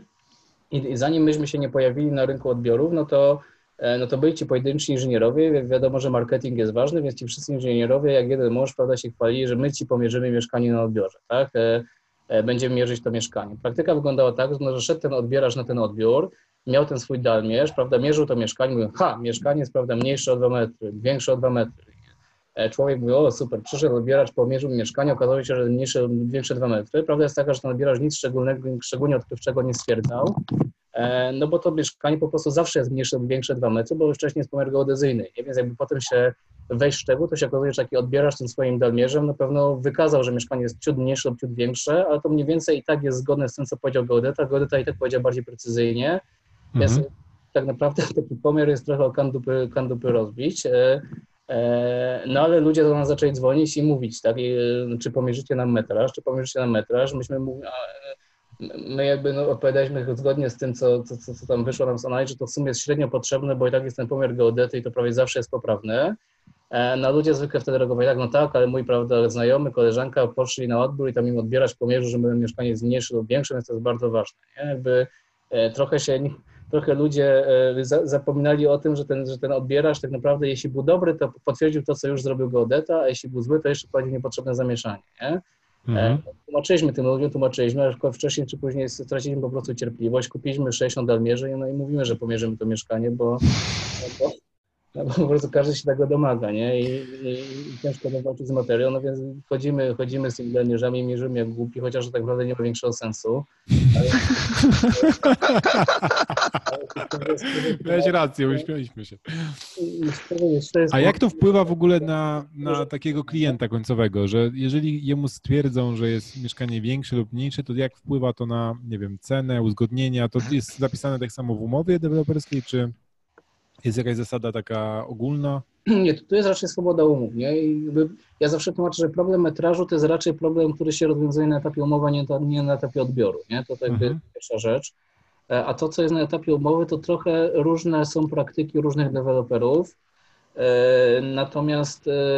i zanim myśmy się nie pojawili na rynku odbiorów, no to, no to byli ci pojedynczy inżynierowie, jak wiadomo, że marketing jest ważny, więc ci wszyscy inżynierowie, jak jeden mąż, prawda, się chwalili, że my ci pomierzymy mieszkanie na odbiorze, tak? Będziemy mierzyć to mieszkanie. Praktyka wyglądała tak, że szedł ten odbieracz na ten odbiór, miał ten swój dalmierz, prawda, mierzył to mieszkanie, mówił, ha, mieszkanie jest, prawda, mniejsze o dwa metry, większe o dwa metry. Człowiek mówi, o super, przyszedł odbieracz, pomierzył mieszkanie, okazało się, że mniejsze, większe dwa metry. Prawda jest taka, że ten odbieracz nic szczególnego, szczególnie odkrywczego nie stwierdzał, no bo to mieszkanie po prostu zawsze jest mniejsze lub większe dwa metry, bo wcześniej jest pomiar geodezyjny, nie? Więc jakby potem się wejść w szczegół, to się okazuje, że taki odbieracz tym swoim dalmierzem na pewno wykazał, że mieszkanie jest ciut mniejsze lub ciut większe, ale to mniej więcej i tak jest zgodne z tym, co powiedział geodeta. Geodeta i tak powiedział bardziej precyzyjnie, mhm. Więc tak naprawdę taki pomiar jest trochę o kandupy, kandupy rozbić. No ale ludzie do nas zaczęli dzwonić i mówić, tak, I, czy pomierzycie nam metraż, czy pomierzycie nam metraż. Myśmy mówili, my jakby no, odpowiadaliśmy zgodnie z tym, co, co, co, co tam wyszło nam z analiz, że to w sumie jest średnio potrzebne, bo i tak jest ten pomiar geodety i to prawie zawsze jest poprawne. No ludzie zwykle wtedy reagowali tak, no tak, ale mój, prawda, znajomy, koleżanka poszli na odbiór i tam im odbierać pomierzył, że mieszkanie jest mniejsze lub większe, więc to jest bardzo ważne, nie? Jakby trochę się... Trochę ludzie zapominali o tym, że ten, że ten odbieracz tak naprawdę, jeśli był dobry, to potwierdził to, co już zrobił geodeta, a jeśli był zły, to jeszcze wprowadził niepotrzebne zamieszanie. Nie? Mhm. Tłumaczyliśmy tym ludziom, tłumaczyliśmy, ale wcześniej czy później straciliśmy po prostu cierpliwość, kupiliśmy sześćdziesiąt dalmierzy no i mówimy, że pomierzymy to mieszkanie, bo, bo, no bo po prostu każdy się tego domaga, nie? I, i, i ciężko walczyć z materią, no więc chodzimy, chodzimy z tymi dalmierzami, mierzymy jak głupi, chociaż to tak naprawdę nie ma większego sensu. Ale... Miałeś rację, uśmialiśmy się. A jak to wpływa w ogóle na, na takiego klienta końcowego, że jeżeli jemu stwierdzą, że jest mieszkanie większe lub mniejsze, to jak wpływa to na, nie wiem, cenę, uzgodnienia? To jest zapisane tak samo w umowie deweloperskiej, czy jest jakaś zasada taka ogólna? Nie, to jest raczej swoboda umów, nie? I jakby ja zawsze tłumaczę, że problem metrażu to jest raczej problem, który się rozwiązuje na etapie umowy, nie, nie na etapie odbioru, nie? To, to jakby mhm. pierwsza rzecz. A to, co jest na etapie umowy, to trochę różne są praktyki różnych deweloperów. Natomiast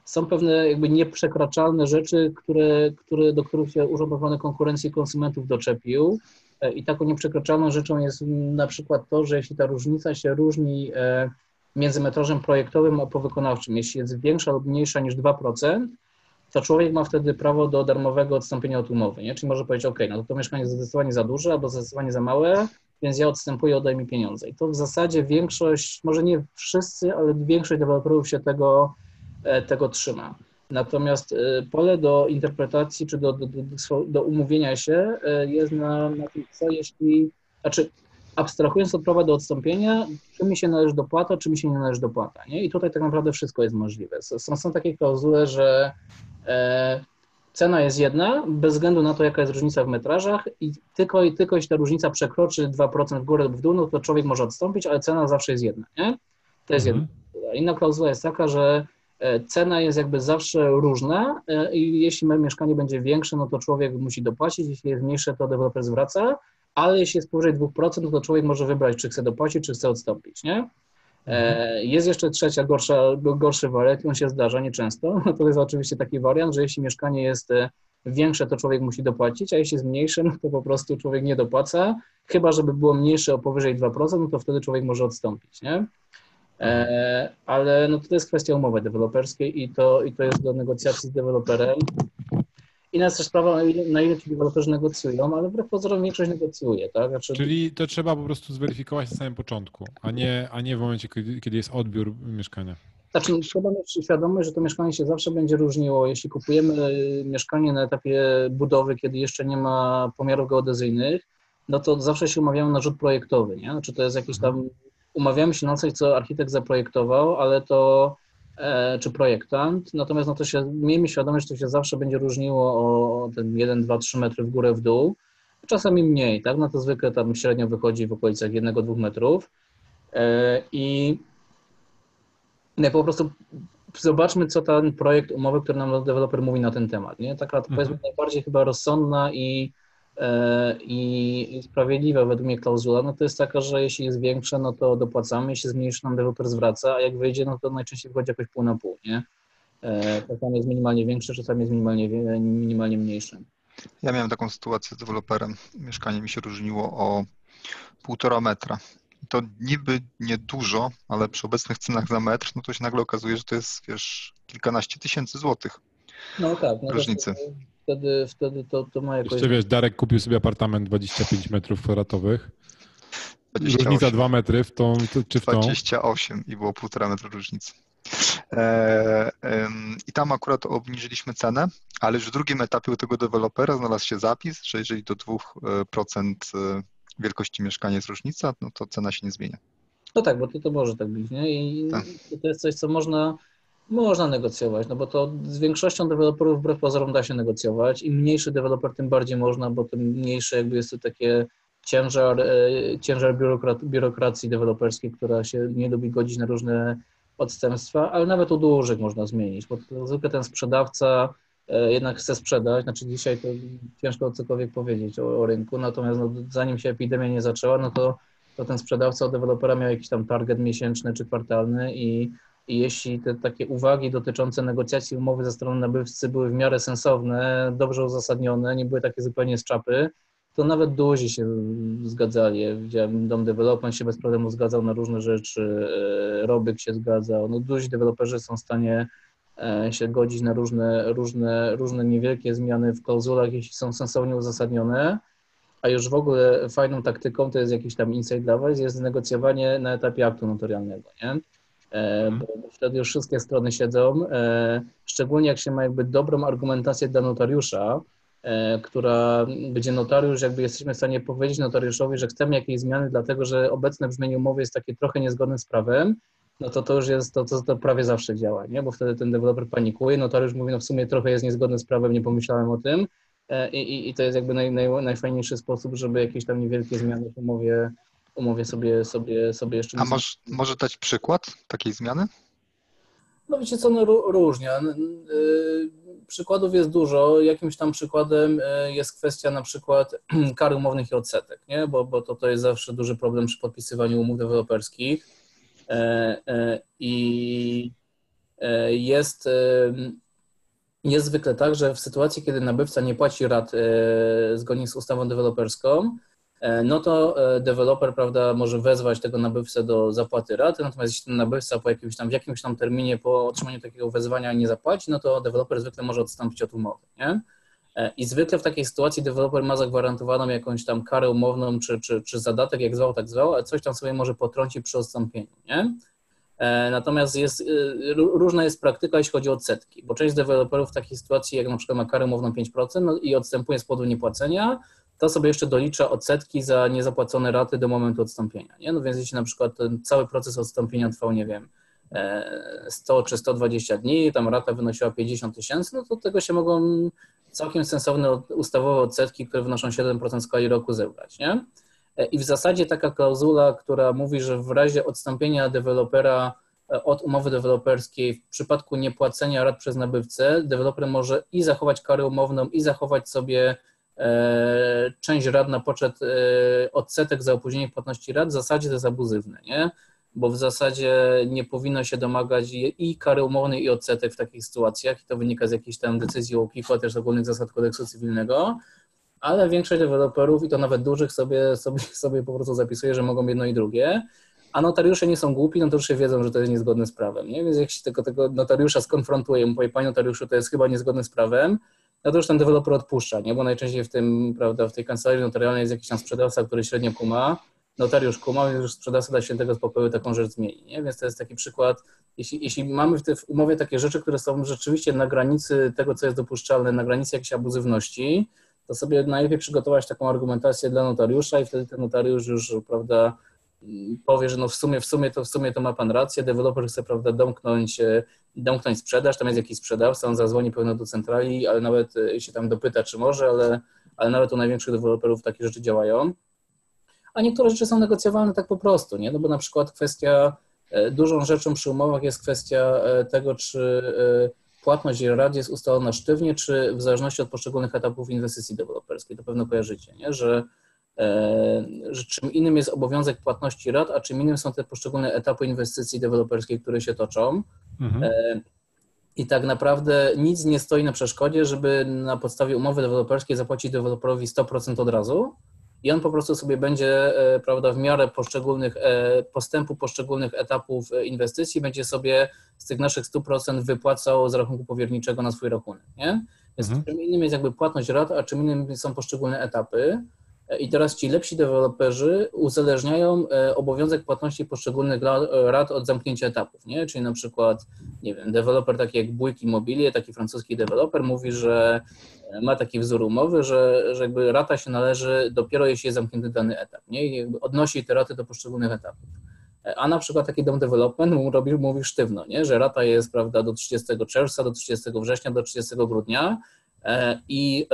są pewne jakby nieprzekraczalne rzeczy, które, które, do których się Urząd Ochrony Konkurencji i Konsumentów doczepił. I taką nieprzekraczalną rzeczą jest na przykład to, że jeśli ta różnica się różni między metrażem projektowym a powykonawczym, jeśli jest większa lub mniejsza niż dwa procent, to człowiek ma wtedy prawo do darmowego odstąpienia od umowy, nie? Czyli może powiedzieć, ok, no to, to mieszkanie jest zdecydowanie za duże albo zdecydowanie za małe, więc ja odstępuję, oddaj mi pieniądze. I to w zasadzie większość, może nie wszyscy, ale większość deweloperów się tego, tego trzyma. Natomiast pole do interpretacji czy do, do, do, do umówienia się jest na, na tym, co jeśli, znaczy abstrahując od prawa do odstąpienia, czy mi się należy dopłata, czy mi się nie należy dopłata, nie? I tutaj tak naprawdę wszystko jest możliwe. Są, są takie klauzule, że e, cena jest jedna, bez względu na to, jaka jest różnica w metrażach i tylko, i tylko jeśli ta różnica przekroczy dwa procent w górę lub w dół, no to człowiek może odstąpić, ale cena zawsze jest jedna, nie? To jest mhm. jedna. Inna klauzula jest taka, że cena jest jakby zawsze różna i jeśli mieszkanie będzie większe, no to człowiek musi dopłacić, jeśli jest mniejsze, to deweloper zwraca, ale jeśli jest powyżej dwa procent, to człowiek może wybrać, czy chce dopłacić, czy chce odstąpić, nie? Jest jeszcze trzecia, gorsza, gorszy wariant, on się zdarza nieczęsto, to jest oczywiście taki wariant, że jeśli mieszkanie jest większe, to człowiek musi dopłacić, a jeśli jest mniejsze, no to po prostu człowiek nie dopłaca, chyba żeby było mniejsze o powyżej dwa procent, no to wtedy człowiek może odstąpić, nie? Ale no to jest kwestia umowy deweloperskiej i to, i to jest do negocjacji z deweloperem. I nas też sprawa, na ile, na ile ci deweloperzy negocjują, ale wbrew pozorom większość negocjuje, tak? Znaczy... Czyli to trzeba po prostu zweryfikować na samym początku, a nie, a nie w momencie, kiedy, kiedy jest odbiór mieszkania. Znaczy trzeba mieć świadomość, że to mieszkanie się zawsze będzie różniło. Jeśli kupujemy mieszkanie na etapie budowy, kiedy jeszcze nie ma pomiarów geodezyjnych, no to zawsze się umawiamy na rzut projektowy, nie? Znaczy to jest jakiś tam, umawiamy się na coś, co architekt zaprojektował, ale to czy projektant, natomiast no to się, miejmy świadomość, że to się zawsze będzie różniło o ten jeden, dwa, trzy metry w górę, w dół, czasami mniej, tak, no to zwykle tam średnio wychodzi w okolicach jednego, dwóch metrów i po prostu zobaczmy, co ten projekt umowy, który nam deweloper mówi na ten temat, nie, taka mhm. powiedzmy najbardziej chyba rozsądna i I, i sprawiedliwa według mnie klauzula, no to jest taka, że jeśli jest większe, no to dopłacamy, jeśli jest mniejsze, nam deweloper zwraca, a jak wyjdzie, no to najczęściej wychodzi jakoś pół na pół, nie? Czasami jest minimalnie większe, czasami jest minimalnie, minimalnie mniejsze. Ja miałem taką sytuację z deweloperem. Mieszkanie mi się różniło o półtora metra. To niby niedużo, ale przy obecnych cenach za metr, no to się nagle okazuje, że to jest, wiesz, kilkanaście tysięcy złotych. No tak. No różnicy. Wtedy, wtedy to, to ma jakoś... Jeszcze wiesz, Darek kupił sobie apartament dwadzieścia pięć metrów kwadratowych. dwadzieścia osiem. Różnica dwa metry w tą, czy w tą? dwadzieścia osiem i było półtora metra różnicy. E, e, I tam akurat obniżyliśmy cenę, ale już w drugim etapie u tego dewelopera znalazł się zapis, że jeżeli do dwóch procent wielkości mieszkania jest różnica, no to cena się nie zmienia. No tak, bo to, to może tak być, nie? I tak. To jest coś, co można... Można negocjować, no bo to z większością deweloperów wbrew pozorom da się negocjować. Im mniejszy deweloper, tym bardziej można, bo tym mniejszy jakby jest to takie ciężar, ciężar biurokrat, biurokracji deweloperskiej, która się nie lubi godzić na różne odstępstwa, ale nawet u dużych można zmienić, bo to zwykle ten sprzedawca jednak chce sprzedać, znaczy dzisiaj to ciężko cokolwiek powiedzieć o, o rynku, natomiast no, zanim się epidemia nie zaczęła, no to, to ten sprzedawca od dewelopera miał jakiś tam target miesięczny czy kwartalny i I jeśli te takie uwagi dotyczące negocjacji umowy ze strony nabywcy były w miarę sensowne, dobrze uzasadnione, nie były takie zupełnie z czapy, to nawet duzi się zgadzali. Widziałem, Dom Development się bez problemu zgadzał na różne rzeczy, Robyk się zgadzał. No, duzi deweloperzy są w stanie się godzić na różne, różne, różne niewielkie zmiany w klauzulach, jeśli są sensownie uzasadnione. A już w ogóle fajną taktyką, to jest jakiś tam insight dla Was, jest negocjowanie na etapie aktu notarialnego, nie? Bo wtedy już wszystkie strony siedzą, szczególnie jak się ma jakby dobrą argumentację dla notariusza, która, gdzie notariusz, jakby jesteśmy w stanie powiedzieć notariuszowi, że chcemy jakiejś zmiany, dlatego że obecne brzmienie umowy jest takie trochę niezgodne z prawem, no to to już jest, to, to, to prawie zawsze działa, nie? Bo wtedy ten deweloper panikuje, notariusz mówi, no w sumie trochę jest niezgodne z prawem, nie pomyślałem o tym i, i, i to jest jakby naj, naj, najfajniejszy sposób, żeby jakieś tam niewielkie zmiany w umowie umowie sobie, sobie, sobie jeszcze... A może, może dać przykład takiej zmiany? No wiecie co, no różnie. Przykładów jest dużo. Jakimś tam przykładem jest kwestia na przykład kar umownych i odsetek, nie? Bo, bo to, to jest zawsze duży problem przy podpisywaniu umów deweloperskich. I jest, jest zwykle tak, że w sytuacji, kiedy nabywca nie płaci rat zgodnie z ustawą deweloperską, no to deweloper, prawda, może wezwać tego nabywcę do zapłaty raty, natomiast jeśli ten nabywca po jakimś tam, w jakimś tam terminie po otrzymaniu takiego wezwania nie zapłaci, no to deweloper zwykle może odstąpić od umowy, nie? I zwykle w takiej sytuacji deweloper ma zagwarantowaną jakąś tam karę umowną, czy, czy, czy zadatek, jak zwał, tak zwał, ale coś tam sobie może potrącić przy odstąpieniu, nie? Natomiast jest, różna jest praktyka, jeśli chodzi o odsetki, bo część deweloperów w takiej sytuacji, jak na przykład ma karę umowną pięć procent no i odstępuje z powodu niepłacenia, to sobie jeszcze dolicza odsetki za niezapłacone raty do momentu odstąpienia, nie? No więc jeśli na przykład ten cały proces odstąpienia trwał, nie wiem, sto czy sto dwadzieścia dni, tam rata wynosiła pięćdziesiąt tysięcy, no to tego się mogą całkiem sensowne ustawowe odsetki, które wynoszą siedem procent w skali roku zebrać, nie? I w zasadzie taka klauzula, która mówi, że w razie odstąpienia dewelopera od umowy deweloperskiej w przypadku niepłacenia rat przez nabywcę, deweloper może i zachować karę umowną, i zachować sobie e, część rat na poczet e, odsetek za opóźnienie płatności rat, w zasadzie to jest abuzywne, nie? Bo w zasadzie nie powinno się domagać i kary umownej, i odsetek w takich sytuacjach, i to wynika z jakiejś tam decyzji o pliku, a też z ogólnych zasad kodeksu cywilnego, ale większość deweloperów, i to nawet dużych, sobie, sobie, sobie po prostu zapisuje, że mogą jedno i drugie, a notariusze nie są głupi, notariusze wiedzą, że to jest niezgodne z prawem, nie? Więc jak się tylko tego notariusza skonfrontuje, mu powie, panie notariuszu, to jest chyba niezgodne z prawem, no to już ten deweloper odpuszcza, nie? Bo najczęściej w tym, prawda, w tej kancelarii notarialnej jest jakiś tam sprzedawca, który średnio kuma, notariusz kuma, więc już sprzedawca dla świętego spokoju taką rzecz zmieni, nie? Więc to jest taki przykład, jeśli, jeśli mamy w tej w umowie takie rzeczy, które są rzeczywiście na granicy tego, co jest dopuszczalne, na granicy jakiejś abuzywności, to sobie najlepiej przygotować taką argumentację dla notariusza i wtedy ten notariusz już, prawda, powie, że no w sumie, w sumie to w sumie to ma pan rację, deweloper chce, prawda, domknąć, domknąć sprzedaż, tam jest jakiś sprzedawca, on zadzwoni pewno do centrali, ale nawet się tam dopyta, czy może, ale, ale nawet u największych deweloperów takie rzeczy działają. A niektóre rzeczy są negocjowalne tak po prostu, nie? No bo na przykład kwestia, dużą rzeczą przy umowach jest kwestia tego, czy płatność rat jest ustalona sztywnie, czy w zależności od poszczególnych etapów inwestycji deweloperskiej. To pewno kojarzycie, nie? Że, e, że czym innym jest obowiązek płatności rat, a czym innym są te poszczególne etapy inwestycji deweloperskiej, które się toczą. Mhm. E, I tak naprawdę nic nie stoi na przeszkodzie, żeby na podstawie umowy deweloperskiej zapłacić deweloperowi sto procent od razu i on po prostu sobie będzie, e, prawda, w miarę poszczególnych e, postępu poszczególnych etapów inwestycji będzie sobie z tych naszych stu procent wypłacał z rachunku powierniczego na swój rachunek, nie? Więc mhm. czym innym jest jakby płatność rat, a czym innym są poszczególne etapy. I teraz ci lepsi deweloperzy uzależniają obowiązek płatności poszczególnych rat od zamknięcia etapów, nie? Czyli na przykład, nie wiem, deweloper taki jak Bouygues Immobilier, taki francuski deweloper mówi, że ma taki wzór umowy, że, że jakby rata się należy dopiero jeśli jest zamknięty dany etap, nie? I jakby odnosi te raty do poszczególnych etapów. A na przykład taki dom development robi, mówi sztywno, nie? Że rata jest, prawda, do trzydziestego czerwca, do trzydziestego września, do trzydziestego grudnia i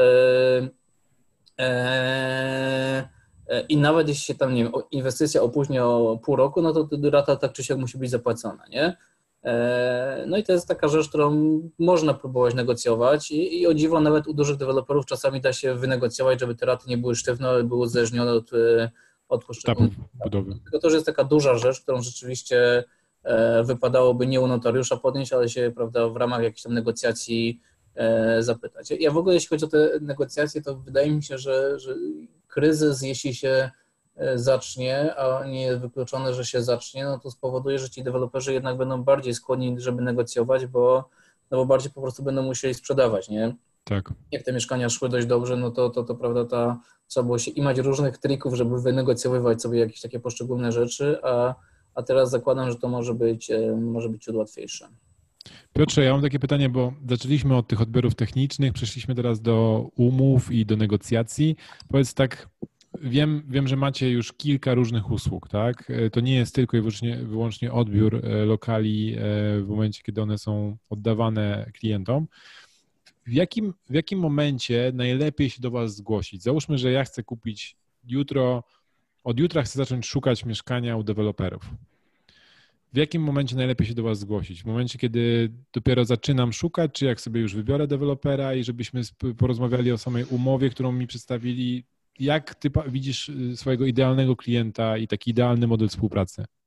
i nawet jeśli się tam, nie wiem, inwestycja opóźnia o pół roku, no to rata tak czy siak musi być zapłacona, nie? No i to jest taka rzecz, którą można próbować negocjować i, i o dziwo nawet u dużych deweloperów czasami da się wynegocjować, żeby te raty nie były sztywne, ale były uzależnione od, od poszczególnych budowy. Tylko to, że jest taka duża rzecz, którą rzeczywiście wypadałoby nie u notariusza podnieść, ale się, prawda, w ramach jakichś tam negocjacji zapytać. Ja w ogóle, jeśli chodzi o te negocjacje, to wydaje mi się, że, że kryzys, jeśli się zacznie, a nie jest wykluczone, że się zacznie, no to spowoduje, że ci deweloperzy jednak będą bardziej skłonni, żeby negocjować, bo, no bo bardziej po prostu będą musieli sprzedawać, nie? Tak. Jak te mieszkania szły dość dobrze, no to, to, to prawda, ta, trzeba było się imać różnych trików, żeby wynegocjowywać sobie jakieś takie poszczególne rzeczy, a, a teraz zakładam, że to może być, może być ciut łatwiejsze. Piotrze, ja mam takie pytanie, bo zaczęliśmy od tych odbiorów technicznych, przeszliśmy teraz do umów i do negocjacji. Powiedz tak, wiem, wiem, że macie już kilka różnych usług, tak? To nie jest tylko i wyłącznie, wyłącznie odbiór lokali w momencie, kiedy one są oddawane klientom. W jakim, w jakim momencie najlepiej się do Was zgłosić? Załóżmy, że ja chcę kupić jutro, od jutra chcę zacząć szukać mieszkania u deweloperów. W jakim momencie najlepiej się do Was zgłosić? W momencie, kiedy dopiero zaczynam szukać, czy jak sobie już wybiorę dewelopera i żebyśmy porozmawiali o samej umowie, którą mi przedstawili? Jak Ty widzisz swojego idealnego klienta i taki idealny model współpracy?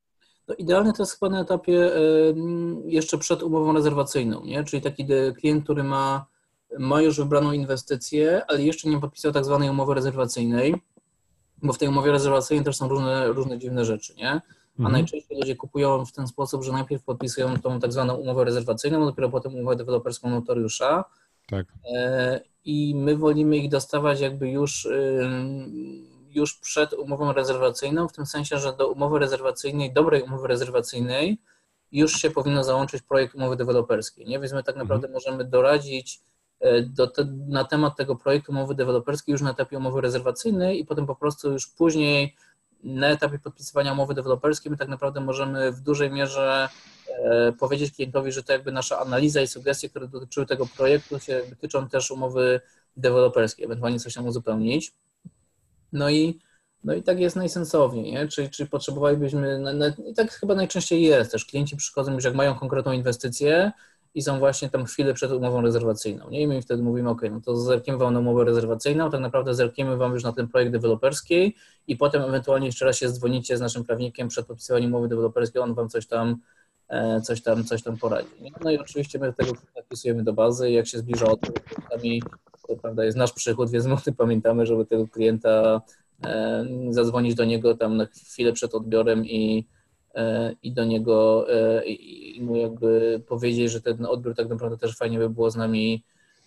To idealnie to jest chyba na etapie jeszcze przed umową rezerwacyjną, nie? Czyli taki klient, który ma, ma już wybraną inwestycję, ale jeszcze nie podpisał tak zwanej umowy rezerwacyjnej, bo w tej umowie rezerwacyjnej też są różne, różne dziwne rzeczy, nie? A mhm. najczęściej ludzie kupują w ten sposób, że najpierw podpisują tą tak zwaną umowę rezerwacyjną, a dopiero potem umowę deweloperską notariusza. Tak. I my wolimy ich dostawać jakby już, już przed umową rezerwacyjną, w tym sensie, że do umowy rezerwacyjnej, dobrej umowy rezerwacyjnej już się powinno załączyć projekt umowy deweloperskiej, nie? Więc my tak naprawdę mhm. możemy doradzić do te, na temat tego projektu umowy deweloperskiej już na etapie umowy rezerwacyjnej i potem po prostu już później na etapie podpisywania umowy deweloperskiej my tak naprawdę możemy w dużej mierze e, powiedzieć klientowi, że to jakby nasza analiza i sugestie, które dotyczyły tego projektu się dotyczą też umowy deweloperskiej, ewentualnie coś tam uzupełnić. No i, no i tak jest najsensowniej, nie? Czyli, czyli potrzebowalibyśmy, na, na, i tak chyba najczęściej jest też, klienci przychodzą już jak mają konkretną inwestycję i są właśnie tam chwilę przed umową rezerwacyjną, nie? I my wtedy mówimy, ok, no to zerkniemy wam na umowę rezerwacyjną, tak naprawdę zerkniemy wam już na ten projekt deweloperski i potem ewentualnie jeszcze raz się dzwonicie z naszym prawnikiem przed podpisywaniem umowy deweloperskiej, on wam coś tam, coś tam, coś tam poradzi. Nie? No i oczywiście my tego napisujemy do bazy i jak się zbliża odbiór, to prawda jest nasz przychód, więc my pamiętamy, żeby tego klienta e, zadzwonić do niego tam na chwilę przed odbiorem i i do niego i mu jakby powiedzieć, że ten odbiór tak naprawdę też fajnie by było z nami,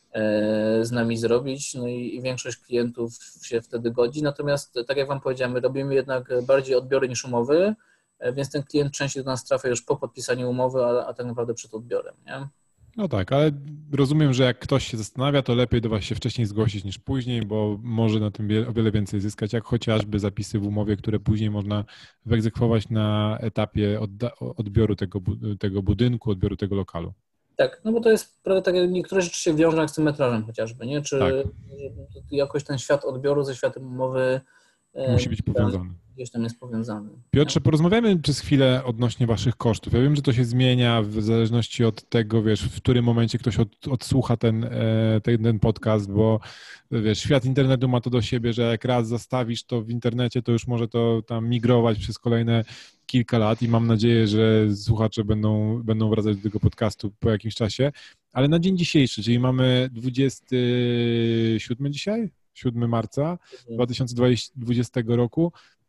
z nami zrobić, no i większość klientów się wtedy godzi, natomiast tak jak wam powiedziałem, my robimy jednak bardziej odbiory niż umowy, więc ten klient częściej do nas trafia już po podpisaniu umowy, a, a tak naprawdę przed odbiorem, nie? No tak, ale rozumiem, że jak ktoś się zastanawia, to lepiej do was się wcześniej zgłosić niż później, bo może na tym o wiele więcej zyskać, jak chociażby zapisy w umowie, które później można wyegzekwować na etapie odbioru tego, tego budynku, odbioru tego lokalu. Tak, no bo to jest, prawda, tak jak niektóre rzeczy się wiążą jak z tym metrażem chociażby, nie? Czy tak. jakoś ten świat odbioru ze światem umowy musi być powiązany. Gdzieś tam jest powiązany. Piotrze, porozmawiamy przez chwilę odnośnie waszych kosztów. Ja wiem, że to się zmienia w zależności od tego, wiesz, w którym momencie ktoś od, odsłucha ten, ten, ten podcast, bo wiesz, świat internetu ma to do siebie, że jak raz zastawisz to w internecie, to już może to tam migrować przez kolejne kilka lat i mam nadzieję, że słuchacze będą, będą wracać do tego podcastu po jakimś czasie. Ale na dzień dzisiejszy, czyli mamy dwudziestego siódmego dzisiaj? siódmego marca dwa tysiące dwudziestego roku.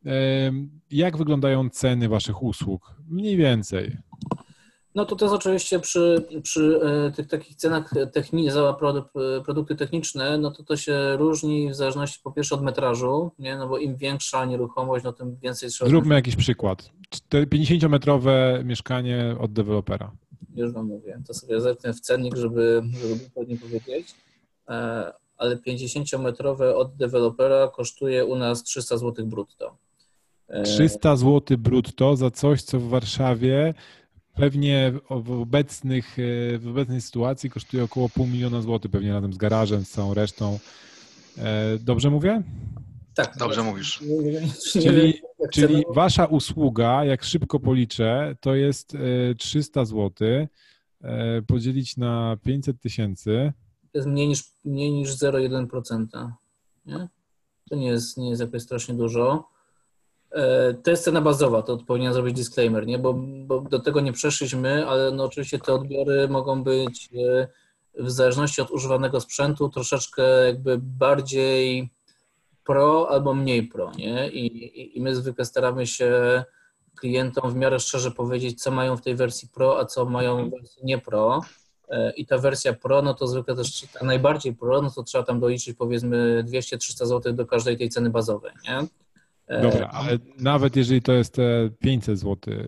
Jak wyglądają ceny waszych usług? Mniej więcej. No to to jest oczywiście przy, przy tych takich cenach techni- za produkty techniczne, no to to się różni w zależności po pierwsze od metrażu, nie? No bo im większa nieruchomość, no tym więcej trzeba... Zróbmy jakiś przykład. pięćdziesięciometrowe mieszkanie od dewelopera. Już wam mówię. To sobie zerknę w cennik, żeby, żeby dokładnie powiedzieć. Ale pięćdziesięciometrowe od dewelopera kosztuje u nas trzysta złotych brutto. trzysta złotych brutto za coś, co w Warszawie pewnie w, obecnych, w obecnej sytuacji kosztuje około pół miliona złotych, pewnie razem z garażem, z całą resztą. Dobrze mówię? Tak. Dobrze mówisz. Czyli, czyli wasza usługa, jak szybko policzę, to jest trzysta złotych podzielić na pięćset tysięcy. To jest mniej niż, mniej niż zero przecinek jeden procent. Nie? To nie jest, nie jest jakoś strasznie dużo. To jest cena bazowa, to powinien zrobić disclaimer, nie? Bo, bo do tego nie przeszliśmy, ale no oczywiście te odbiory mogą być w zależności od używanego sprzętu troszeczkę jakby bardziej pro albo mniej pro, nie? I, i, i my zwykle staramy się klientom w miarę szczerze powiedzieć, co mają w tej wersji pro, a co mają w wersji nie pro. I ta wersja pro, no to zwykle też, ta najbardziej pro, no to trzeba tam doliczyć powiedzmy dwieście trzysta złotych do każdej tej ceny bazowej, nie? Dobra, ale nawet jeżeli to jest te pięćset złotych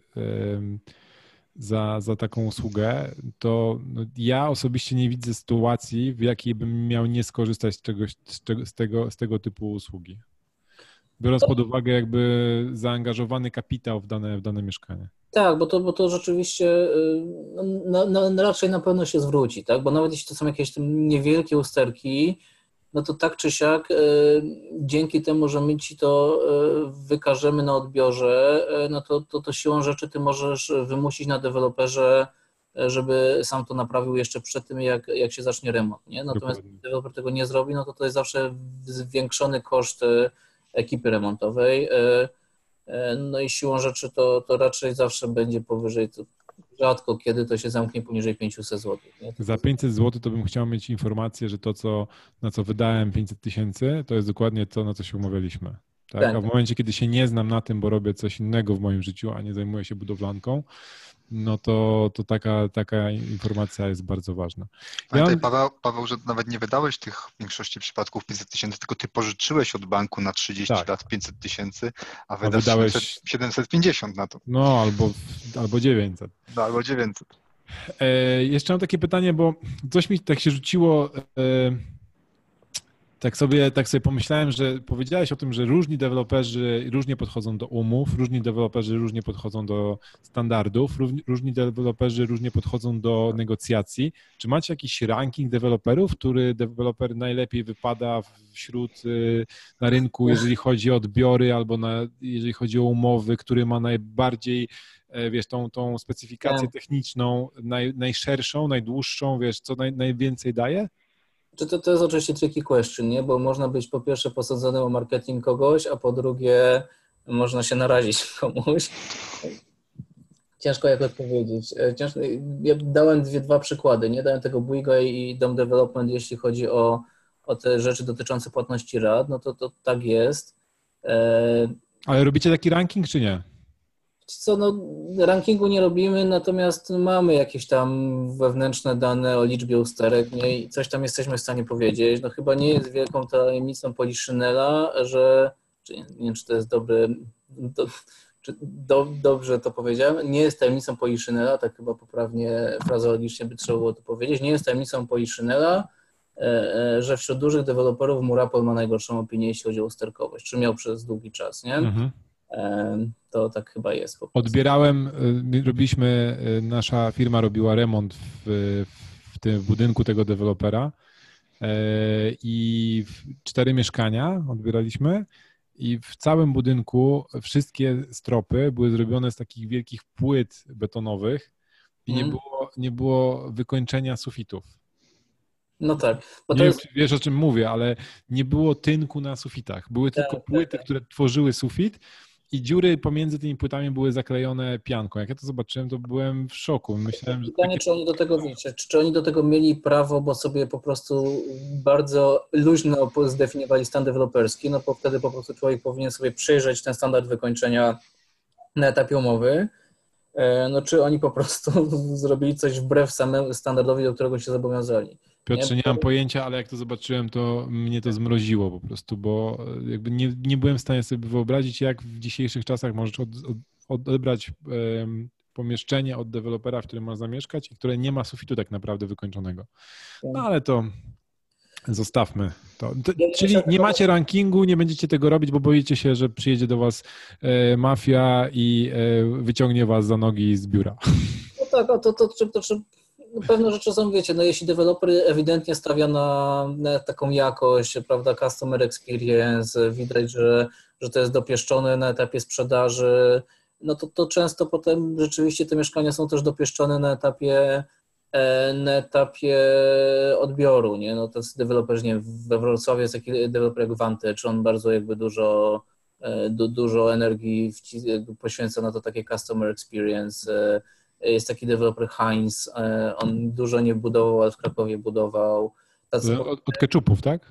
za, za taką usługę, to no ja osobiście nie widzę sytuacji, w jakiej bym miał nie skorzystać z, czegoś, z, czego, z, tego, z tego typu usługi. Biorąc pod uwagę jakby zaangażowany kapitał w dane, w dane mieszkanie. Tak, bo to, bo to rzeczywiście no, no, no raczej na pewno się zwróci, tak? Bo nawet jeśli to są jakieś niewielkie usterki, no to tak czy siak dzięki temu, że my ci to wykażemy na odbiorze, no to, to, to siłą rzeczy ty możesz wymusić na deweloperze, żeby sam to naprawił jeszcze przed tym, jak, jak się zacznie remont, nie? Natomiast jeśli deweloper tego nie zrobi, no to to jest zawsze zwiększony koszt ekipy remontowej. no i siłą rzeczy to, to raczej zawsze będzie powyżej, to rzadko kiedy to się zamknie poniżej pięćset złotych. Nie? Za pięćset złotych to bym chciał mieć informację, że to, co, na co wydałem pięćset tysięcy, to jest dokładnie to, na co się umawialiśmy. Tak? Tak. A w momencie, kiedy się nie znam na tym, bo robię coś innego w moim życiu, a nie zajmuję się budowlanką, no to, to taka, taka informacja jest bardzo ważna. Pamiętaj, Ja... Paweł, Paweł, że nawet nie wydałeś tych w większości przypadków pięćset tysięcy, tylko ty pożyczyłeś od banku na trzydzieści tak. lat pięćset tysięcy, a A wydasz wydałeś... siedemset, siedemset pięćdziesiąt na to. No, albo, albo dziewięćset. No, albo dziewięćset. E, jeszcze mam takie pytanie, bo coś mi tak się rzuciło... E... Tak sobie, tak sobie pomyślałem, że powiedziałeś o tym, że różni deweloperzy różnie podchodzą do umów, różni deweloperzy różnie podchodzą do standardów, różni deweloperzy różnie podchodzą do negocjacji. Czy macie jakiś ranking deweloperów, który deweloper najlepiej wypada wśród na rynku, jeżeli chodzi o odbiory albo na, jeżeli chodzi o umowy, który ma najbardziej, wiesz, tą, tą specyfikację techniczną, naj, najszerszą, najdłuższą, wiesz, co naj, najwięcej daje? To, to jest oczywiście tricky question, nie? Bo można być po pierwsze posadzonym o marketing kogoś, a po drugie można się narazić komuś. Ciężko jak odpowiedzieć. Ciężko, ja dałem dwie, dwa przykłady, nie? Dałem tego Bouygues i Dom Development, jeśli chodzi o, o te rzeczy dotyczące płatności rat, no to, to tak jest. E... Ale robicie taki ranking, czy nie? Co, no, rankingu nie robimy, natomiast mamy jakieś tam wewnętrzne dane o liczbie usterek, nie? I coś tam jesteśmy w stanie powiedzieć. No chyba nie jest wielką tajemnicą Poliszynela, że, czy, nie wiem, czy to jest dobry, do, czy do, dobrze to powiedziałem, nie jest tajemnicą Poliszynela, tak chyba poprawnie frazeologicznie by trzeba było to powiedzieć, nie jest tajemnicą Poliszynela, że wśród dużych deweloperów Murapol ma najgorszą opinię, jeśli chodzi o usterkowość, czy miał przez długi czas, nie? Mhm. To tak chyba jest. Odbierałem, robiliśmy, nasza firma robiła remont w, w tym budynku tego dewelopera i cztery mieszkania odbieraliśmy i w całym budynku wszystkie stropy były zrobione z takich wielkich płyt betonowych i nie, hmm. było, nie było wykończenia sufitów. No tak. Bo nie to jest... wiem, wiesz, o czym mówię, ale nie było tynku na sufitach. Były tak, tylko płyty, tak, tak. które tworzyły sufit. I dziury pomiędzy tymi płytami były zaklejone pianką. Jak ja to zobaczyłem, to byłem w szoku. Myślałem, że pytanie, takie... czy oni do tego wiecie, czy, czy oni do tego mieli prawo, bo sobie po prostu bardzo luźno zdefiniowali stan deweloperski, no bo wtedy po prostu człowiek powinien sobie przejrzeć ten standard wykończenia na etapie umowy. No czy oni po prostu zrobili coś wbrew samemu standardowi, do którego się zobowiązali. Piotrze, nie mam pojęcia, ale jak to zobaczyłem, to mnie to zmroziło po prostu, bo jakby nie, nie byłem w stanie sobie wyobrazić, jak w dzisiejszych czasach możesz od, od, odebrać um, pomieszczenie od dewelopera, w którym masz zamieszkać i które nie ma sufitu tak naprawdę wykończonego. No ale to zostawmy to. to czyli nie macie rankingu, nie będziecie tego robić, bo boicie się, że przyjedzie do was e, mafia i e, wyciągnie was za nogi z biura. No tak, a to, to, to, to, to pewne rzeczy są, wiecie, no jeśli deweloper ewidentnie stawia na, na taką jakość, prawda, customer experience, widać, że, że to jest dopieszczone na etapie sprzedaży, no to, to często potem rzeczywiście te mieszkania są też dopieszczone na etapie na etapie odbioru, nie? No to jest deweloper, nie wiem, we Wrocławiu jest taki deweloper jak Vantage, on bardzo jakby dużo, du, dużo energii poświęca na to takie customer experience. Jest taki deweloper Heinz, on dużo nie budował, ale w Krakowie budował. Tacy... Od, od keczupów, tak?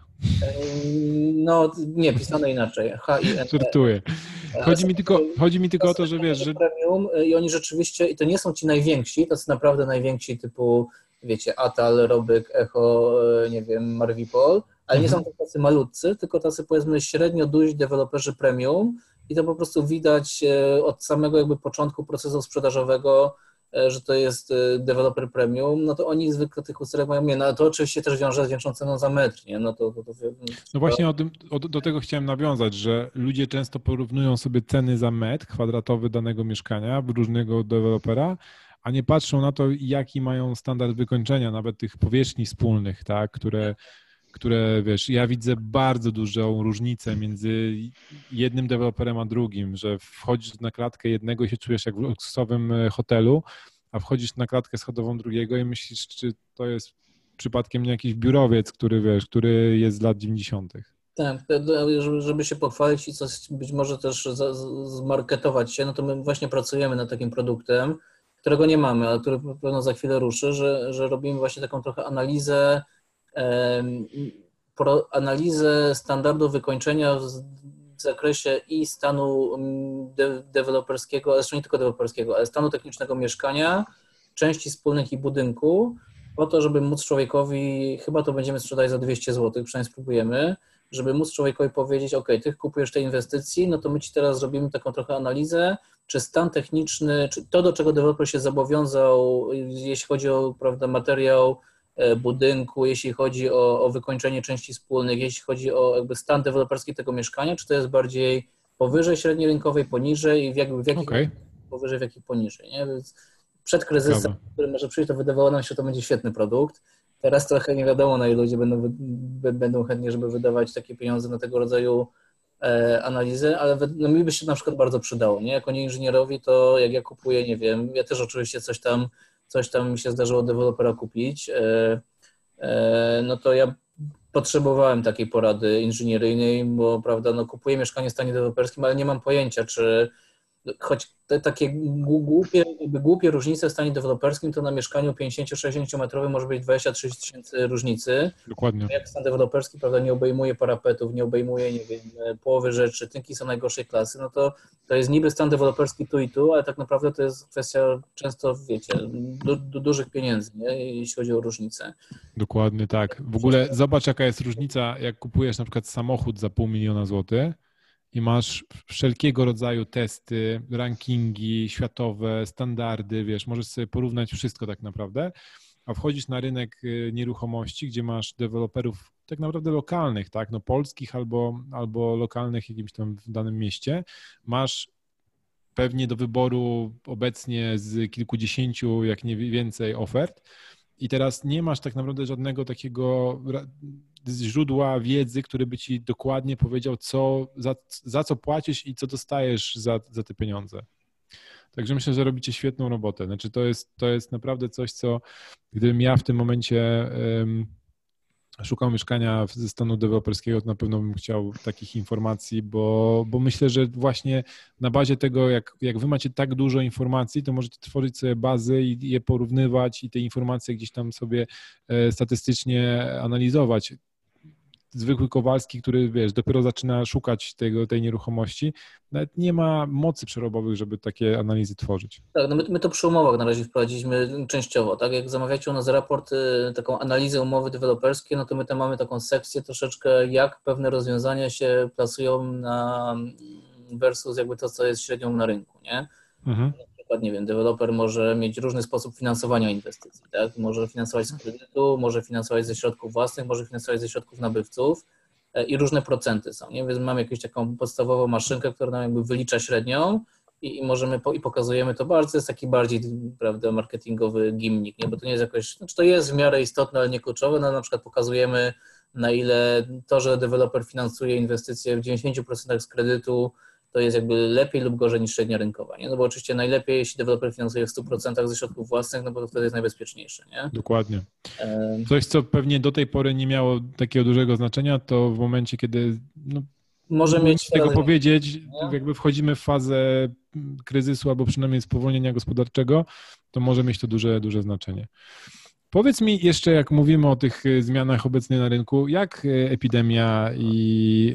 No nie, pisane inaczej. H I N. Żartuję. Chodzi mi tylko, chodzi mi tylko o to, że wiesz, że... Premium i oni rzeczywiście, i to nie są ci najwięksi, to są naprawdę najwięksi typu, wiecie, Atal, Robyk, Echo, nie wiem, Marvipol, ale nie są to tacy malutcy, tylko tacy powiedzmy średnio duzi deweloperzy premium i to po prostu widać od samego jakby początku procesu sprzedażowego, że to jest deweloper premium, no to oni zwykle tych usterek mają mniej, no ale to oczywiście też wiąże z większą ceną za metr, nie? No to, to, to, to... No właśnie o tym, o, do tego chciałem nawiązać, że ludzie często porównują sobie ceny za metr kwadratowy danego mieszkania różnego dewelopera, a nie patrzą na to, jaki mają standard wykończenia, nawet tych powierzchni wspólnych, tak, które które, wiesz, ja widzę bardzo dużą różnicę między jednym deweloperem a drugim, że wchodzisz na klatkę jednego i się czujesz jak w luksusowym hotelu, a wchodzisz na klatkę schodową drugiego i myślisz, czy to jest przypadkiem nie jakiś biurowiec, który, wiesz, który jest z lat dziewięćdziesiątych. Tak, żeby się pochwalić i coś być może też zmarketować się, no to my właśnie pracujemy nad takim produktem, którego nie mamy, ale który pewno za chwilę ruszy, że, że robimy właśnie taką trochę analizę, pro, analizę standardu wykończenia w, w zakresie i stanu de, deweloperskiego, ale jeszcze nie tylko deweloperskiego, ale stanu technicznego mieszkania, części wspólnych i budynku, po to, żeby móc człowiekowi, chyba to będziemy sprzedać za dwieście złotych, przynajmniej spróbujemy, żeby móc człowiekowi powiedzieć, ok, ty kupujesz tej inwestycji, no to my ci teraz zrobimy taką trochę analizę, czy stan techniczny, czy to, do czego deweloper się zobowiązał, jeśli chodzi o, prawda, materiał budynku, jeśli chodzi o, o wykończenie części wspólnych, jeśli chodzi o jakby stan deweloperski tego mieszkania, czy to jest bardziej powyżej średniej rynkowej, poniżej i w, jakby w jakich okay. powyżej, w jakich poniżej, nie? Więc przed kryzysem, który może przyjść, to wydawało nam się, że to będzie świetny produkt. Teraz trochę nie wiadomo, na ile ludzie będą, będą chętni, żeby wydawać takie pieniądze na tego rodzaju e, analizy, ale no, mi by się na przykład bardzo przydało, nie? Jako nieinżynierowi to jak ja kupuję, nie wiem, ja też oczywiście coś tam, coś tam mi się zdarzyło od dewelopera kupić, e, e, no to ja potrzebowałem takiej porady inżynieryjnej, bo prawda, no kupuję mieszkanie w stanie deweloperskim, ale nie mam pojęcia, czy choć te takie głupie, głupie różnice w stanie deweloperskim, to na mieszkaniu pięćdziesięcio-sześćdziesięcio metrowym może być dwadzieścia trzydzieści tysięcy różnicy. Dokładnie. Jak stan deweloperski, prawda, nie obejmuje parapetów, nie obejmuje, nie wiem, połowy rzeczy, tynki są najgorszej klasy, no to to jest niby stan deweloperski tu i tu, ale tak naprawdę to jest kwestia często, wiecie, du, du, dużych pieniędzy, nie? Jeśli chodzi o różnice. Dokładnie tak. W ogóle zobacz, jaka jest różnica, jak kupujesz na przykład samochód za pół miliona złotych, i masz wszelkiego rodzaju testy, rankingi światowe, standardy, wiesz, możesz sobie porównać wszystko tak naprawdę, a wchodzisz na rynek nieruchomości, gdzie masz deweloperów tak naprawdę lokalnych, tak, no polskich albo, albo lokalnych jakimś tam w danym mieście, masz pewnie do wyboru obecnie z kilkudziesięciu, jak nie więcej ofert i teraz nie masz tak naprawdę żadnego takiego źródła wiedzy, który by ci dokładnie powiedział, co, za, za co płacisz i co dostajesz za, za te pieniądze. Także myślę, że robicie świetną robotę. Znaczy to jest, to jest naprawdę coś, co gdybym ja w tym momencie um, szukał mieszkania ze stanu deweloperskiego, to na pewno bym chciał takich informacji, bo, bo myślę, że właśnie na bazie tego, jak, jak wy macie tak dużo informacji, to możecie tworzyć sobie bazy i je porównywać i te informacje gdzieś tam sobie statystycznie analizować. Zwykły Kowalski, który, wiesz, dopiero zaczyna szukać tego, tej nieruchomości, nawet nie ma mocy przerobowych, żeby takie analizy tworzyć. Tak, no my, my to przy umowach na razie wprowadziliśmy częściowo, tak? Jak zamawiacie u nas raport, taką analizę umowy deweloperskiej, no to my tam mamy taką sekcję troszeczkę, jak pewne rozwiązania się plasują na versus jakby to, co jest średnią na rynku, nie? Mhm. Na przykład, nie wiem, deweloper może mieć różny sposób finansowania inwestycji, tak? Może finansować z kredytu, może finansować ze środków własnych, może finansować ze środków nabywców i różne procenty są, nie? Więc mamy jakąś taką podstawową maszynkę, która nam jakby wylicza średnią i, i możemy po, i pokazujemy to bardzo, to jest taki bardziej, prawda, marketingowy gimnik, nie? Bo to nie jest jakoś, znaczy to jest w miarę istotne, ale nie kluczowe, no na przykład pokazujemy, na ile to, że deweloper finansuje inwestycje w dziewięćdziesięciu procentach z kredytu, to jest jakby lepiej lub gorzej niż średnia rynkowa, nie? No bo oczywiście najlepiej, jeśli deweloper finansuje w stu procentach ze środków własnych, no bo to wtedy jest najbezpieczniejsze, nie? Dokładnie. Coś, co pewnie do tej pory nie miało takiego dużego znaczenia, to w momencie, kiedy no, może mieć z tego powiedzieć, nie? Jakby wchodzimy w fazę kryzysu albo przynajmniej spowolnienia gospodarczego, to może mieć to duże, duże znaczenie. Powiedz mi jeszcze, jak mówimy o tych zmianach obecnie na rynku, jak epidemia i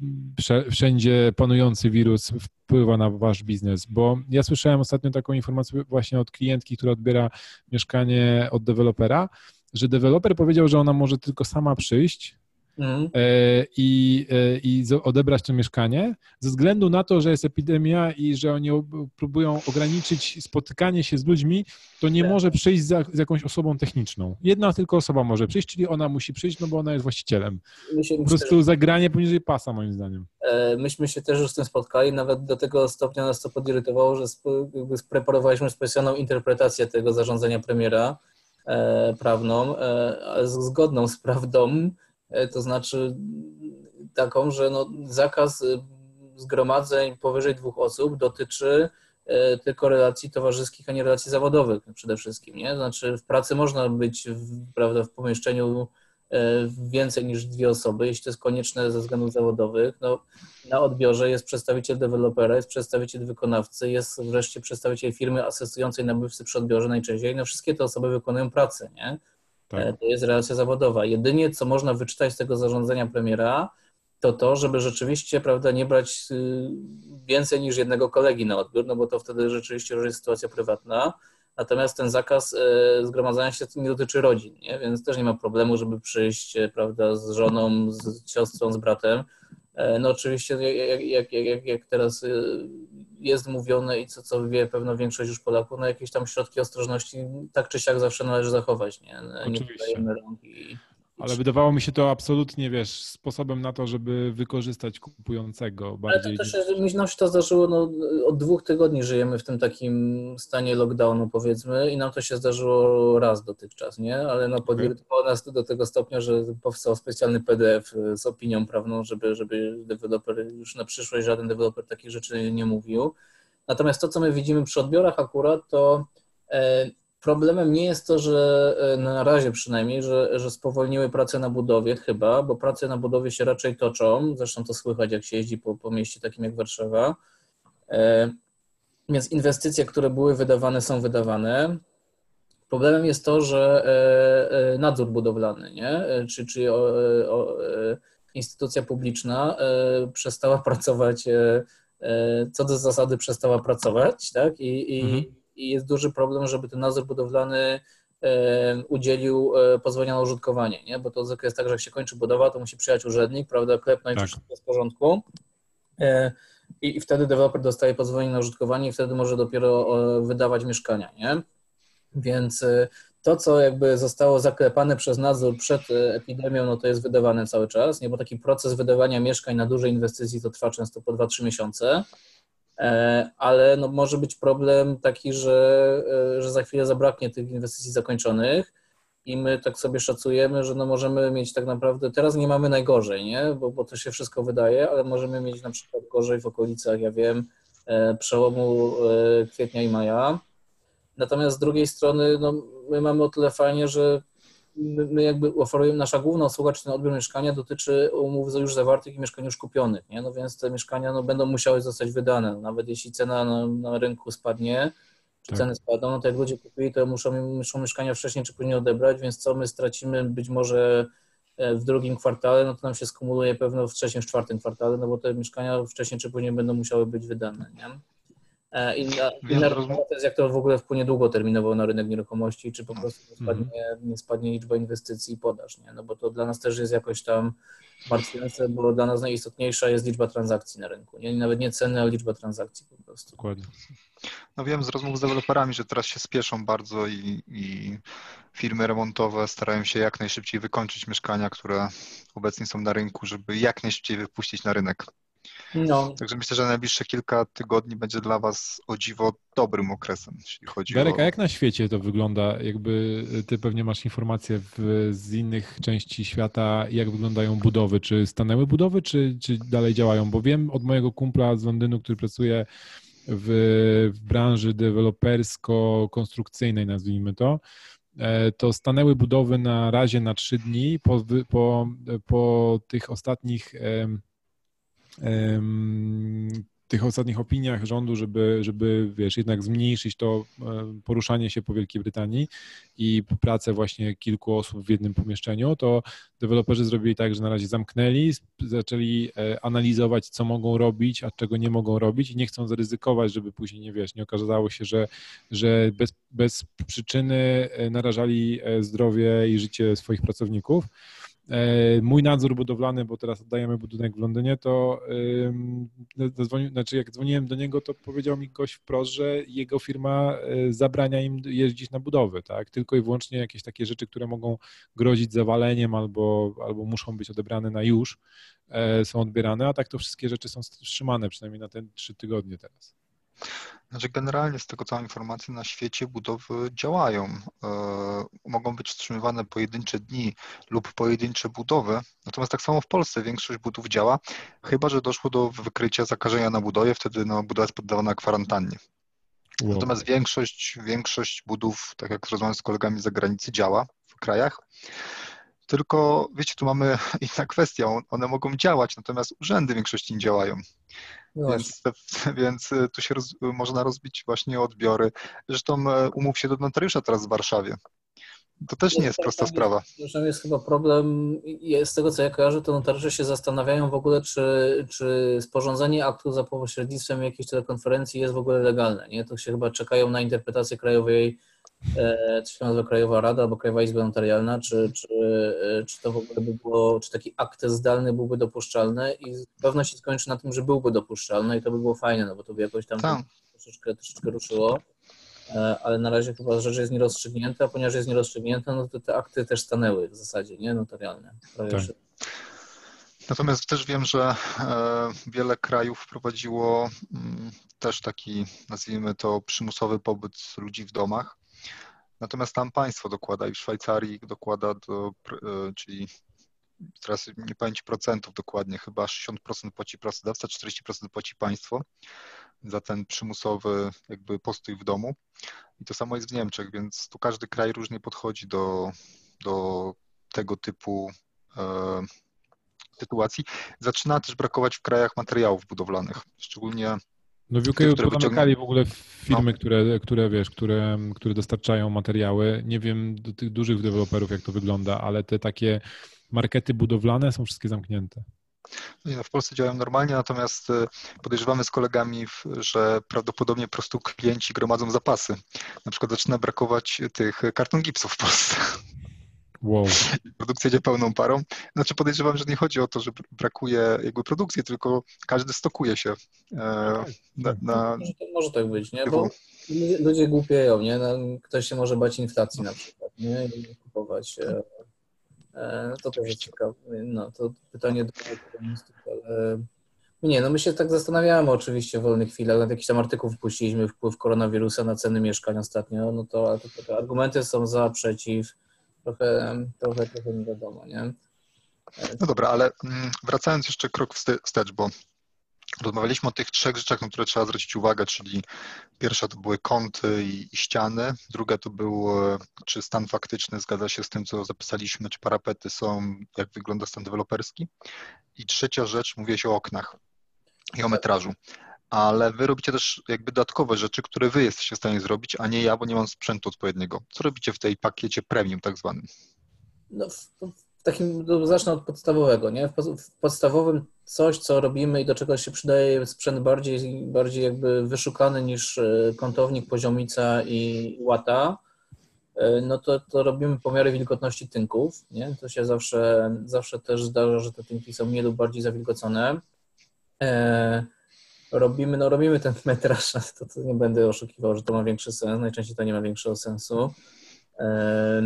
wszędzie panujący wirus wpływa na wasz biznes? Bo ja słyszałem ostatnio taką informację właśnie od klientki, która odbiera mieszkanie od dewelopera, że deweloper powiedział, że ona może tylko sama przyjść Mhm. I, i odebrać to mieszkanie ze względu na to, że jest epidemia i że oni próbują ograniczyć spotykanie się z ludźmi, to nie tak. może przyjść za, z jakąś osobą techniczną. Jedna tylko osoba może przyjść, czyli ona musi przyjść, no bo ona jest właścicielem. Myślę, po prostu że... zagranie poniżej pasa, moim zdaniem. Myśmy się też już z tym spotkali, nawet do tego stopnia nas to podirytowało, że spreparowaliśmy specjalną interpretację tego zarządzenia premiera e, prawną, e, zgodną z prawdą, to znaczy taką, że no zakaz zgromadzeń powyżej dwóch osób dotyczy tylko relacji towarzyskich, a nie relacji zawodowych przede wszystkim, nie? To znaczy w pracy można być, w, prawda, w pomieszczeniu więcej niż dwie osoby, jeśli to jest konieczne ze względów zawodowych. No, na odbiorze jest przedstawiciel dewelopera, jest przedstawiciel wykonawcy, jest wreszcie przedstawiciel firmy asystującej nabywcy przy odbiorze najczęściej. No wszystkie te osoby wykonują pracę, nie? Tak. To jest relacja zawodowa. Jedynie, co można wyczytać z tego zarządzenia premiera, to to, żeby rzeczywiście, prawda, nie brać więcej niż jednego kolegi na odbiór, no bo to wtedy rzeczywiście już jest sytuacja prywatna. Natomiast ten zakaz zgromadzania się nie dotyczy rodzin, nie? Więc też nie ma problemu, żeby przyjść, prawda, z żoną, z siostrą, z bratem. No oczywiście, jak, jak, jak, jak teraz jest mówione i co, co wie pewno większość już Polaków, no jakieś tam środki ostrożności tak czy siak zawsze należy zachować, nie? Nie podajemy rąk i... Ale wydawało mi się to absolutnie, wiesz, sposobem na to, żeby wykorzystać kupującego bardziej. Ale to też, niż... nam się to zdarzyło, no, od dwóch tygodni żyjemy w tym takim stanie lockdownu, powiedzmy, i nam to się zdarzyło raz dotychczas, nie? Ale no, podirytowało nas to do tego stopnia, że powstał specjalny P D F z opinią prawną, żeby, żeby deweloper, już na przyszłość żaden deweloper takich rzeczy nie mówił. Natomiast to, co my widzimy przy odbiorach akurat, to e, problemem nie jest to, że na razie przynajmniej, że, że spowolniły prace na budowie chyba, bo prace na budowie się raczej toczą, zresztą to słychać, jak się jeździ po, po mieście takim jak Warszawa, e, więc inwestycje, które były wydawane, są wydawane. Problemem jest to, że e, nadzór budowlany, nie? Czy, czy o, o, instytucja publiczna e, przestała pracować, e, co do zasady przestała pracować, tak? I, i mhm. I jest duży problem, żeby ten nadzór budowlany udzielił pozwolenia na użytkowanie, nie? Bo to zwykle jest tak, że jak się kończy budowa, to musi przyjechać urzędnik, prawda, klepnąć, tak, czy wszystko jest w porządku i, i wtedy deweloper dostaje pozwolenie na użytkowanie i wtedy może dopiero wydawać mieszkania, nie? Więc to, co jakby zostało zaklepane przez nadzór przed epidemią, no to jest wydawane cały czas, nie? Bo taki proces wydawania mieszkań na duże inwestycje to trwa często po dwa trzy miesiące. Ale no może być problem taki, że, że za chwilę zabraknie tych inwestycji zakończonych i my tak sobie szacujemy, że no możemy mieć tak naprawdę, teraz nie mamy najgorzej, nie? Bo, bo to się wszystko wydaje, ale możemy mieć na przykład gorzej w okolicach, ja wiem, przełomu kwietnia i maja. Natomiast z drugiej strony no, my mamy o tyle fajnie, że my, my jakby oferujemy, nasza główna usługa, czy ten odbiór mieszkania dotyczy umów już zawartych i mieszkań już kupionych, nie? No więc te mieszkania no, będą musiały zostać wydane. Nawet jeśli cena na, na rynku spadnie, czy tak, ceny spadną, no to jak ludzie kupili, to muszą, muszą mieszkania wcześniej czy później odebrać, więc co my stracimy być może w drugim kwartale, no to nam się skumuluje pewno w trzecim, w czwartym kwartale, no bo te mieszkania wcześniej czy później będą musiały być wydane, nie? Inna, inna rozmowa to jest, jak to w ogóle wpłynie długoterminowo na rynek nieruchomości, czy po prostu nie spadnie, nie spadnie liczba inwestycji i podaż, nie? No bo to dla nas też jest jakoś tam martwiące, bo dla nas najistotniejsza jest liczba transakcji na rynku, nie? Nawet nie ceny, ale liczba transakcji po prostu. Dokładnie. No wiem z rozmów z deweloperami, że teraz się spieszą bardzo i, i firmy remontowe starają się jak najszybciej wykończyć mieszkania, które obecnie są na rynku, żeby jak najszybciej wypuścić na rynek. No. Także myślę, że najbliższe kilka tygodni będzie dla Was o dziwo dobrym okresem, jeśli chodzi Darek, o... a jak na świecie to wygląda? Jakby Ty pewnie masz informacje w, z innych części świata, jak wyglądają budowy. Czy stanęły budowy, czy, czy dalej działają? Bo wiem od mojego kumpla z Londynu, który pracuje w, w branży dewelopersko-konstrukcyjnej, nazwijmy to, to stanęły budowy na razie na trzy dni po, po, po tych ostatnich tych ostatnich opiniach rządu, żeby, żeby wiesz, jednak zmniejszyć to poruszanie się po Wielkiej Brytanii i pracę właśnie kilku osób w jednym pomieszczeniu, to deweloperzy zrobili tak, że na razie zamknęli, zaczęli analizować, co mogą robić, a czego nie mogą robić i nie chcą zaryzykować, żeby później, nie wiesz, nie okazało się, że, że bez, bez przyczyny narażali zdrowie i życie swoich pracowników. Mój nadzór budowlany, bo teraz oddajemy budynek w Londynie, to zadzwonił, znaczy jak dzwoniłem do niego, to powiedział mi gość wprost, że jego firma zabrania im jeździć na budowy, tak? Tylko i wyłącznie jakieś takie rzeczy, które mogą grozić zawaleniem albo, albo muszą być odebrane na już, są odbierane, a tak to wszystkie rzeczy są wstrzymane, przynajmniej na te trzy tygodnie teraz. Znaczy generalnie z tego co mam informacji na świecie budowy działają. E, mogą być wstrzymywane pojedyncze dni lub pojedyncze budowy. Natomiast tak samo w Polsce większość budów działa, chyba że doszło do wykrycia zakażenia na budowie, wtedy no, budowa jest poddawana kwarantannie. Wow. Natomiast większość, większość budów, tak jak rozmawiam z kolegami z zagranicy, działa w krajach. Tylko, wiecie, tu mamy inna kwestia, one mogą działać, natomiast urzędy w większości nie działają. No Więc, więc tu się roz, można rozbić właśnie odbiory. Zresztą umów się do notariusza teraz w Warszawie. To też nie jest prosta sprawa. Zresztą jest chyba problem, z tego co ja kojarzę, to notariusze się zastanawiają w ogóle, czy, czy sporządzenie aktu za pośrednictwem jakiejś telekonferencji jest w ogóle legalne. Nie? To się chyba czekają na interpretację krajowej, co się nazywa Krajowa Rada albo Krajowa Izba Notarialna, czy, czy, czy to w ogóle by było, czy taki akt zdalny byłby dopuszczalny i pewno się skończy na tym, że byłby dopuszczalny i to by było fajne, no bo to by jakoś tam tak. troszeczkę, troszeczkę ruszyło. Ale na razie chyba rzecz jest nierozstrzygnięta, a ponieważ jest nierozstrzygnięta, no to te akty też stanęły w zasadzie, nie? Notarialne. Tak. Natomiast też wiem, że wiele krajów wprowadziło też taki, nazwijmy to, przymusowy pobyt ludzi w domach. Natomiast tam państwo dokłada i w Szwajcarii dokłada, do, czyli teraz nie pamiętam procentów dokładnie, chyba sześćdziesiąt procent płaci pracodawca, czterdzieści procent płaci państwo za ten przymusowy jakby postój w domu. I to samo jest w Niemczech, więc tu każdy kraj różnie podchodzi do, do tego typu e, sytuacji. Zaczyna też brakować w krajach materiałów budowlanych, szczególnie no w U K pozamykali w ogóle firmy, no. które, które, wiesz, które, które dostarczają materiały. Nie wiem do tych dużych deweloperów, jak to wygląda, ale te takie markety budowlane są wszystkie zamknięte. No, w Polsce działają normalnie, natomiast podejrzewamy z kolegami, że prawdopodobnie po prostu klienci gromadzą zapasy. Na przykład zaczyna brakować tych karton gipsu w Polsce. Wow. Produkcja idzie pełną parą. Znaczy podejrzewam, że nie chodzi o to, że brakuje jakby produkcji, tylko każdy stokuje się na... na, na... Może, może tak być, nie? Bo ludzie głupieją, nie? No, ktoś się może bać inflacji na przykład, nie? I kupować... To też jest ciekawe. No, to pytanie do ekonomistów, ale nie, no my się tak zastanawiamy oczywiście w wolnych chwilach, nad jakiś tam artykuł wpuściliśmy, wpływ koronawirusa na ceny mieszkań ostatnio, no to, to, to argumenty są za, przeciw, trochę, trochę, trochę nie wiadomo, nie? No dobra, ale wracając jeszcze krok wstecz, bo rozmawialiśmy o tych trzech rzeczach, na które trzeba zwrócić uwagę, czyli pierwsza to były kąty i, i ściany, druga to był, czy stan faktyczny zgadza się z tym, co zapisaliśmy, czy parapety są, jak wygląda stan deweloperski. I trzecia rzecz, mówiłeś o oknach i o metrażu. Ale wy robicie też jakby dodatkowe rzeczy, które wy jesteście w stanie zrobić, a nie ja, bo nie mam sprzętu odpowiedniego. Co robicie w tej pakiecie premium tak zwanym? No, w, w takim, zacznę od podstawowego, nie? W, w podstawowym coś, co robimy i do czego się przydaje sprzęt bardziej, bardziej jakby wyszukany niż kątownik, poziomica i łata, no to, to robimy pomiary wilgotności tynków, nie? To się zawsze, zawsze też zdarza, że te tynki są mniej lub bardziej zawilgocone. E, robimy, no robimy ten metraż, to, to nie będę oszukiwał, że to ma większy sens, najczęściej to nie ma większego sensu. E,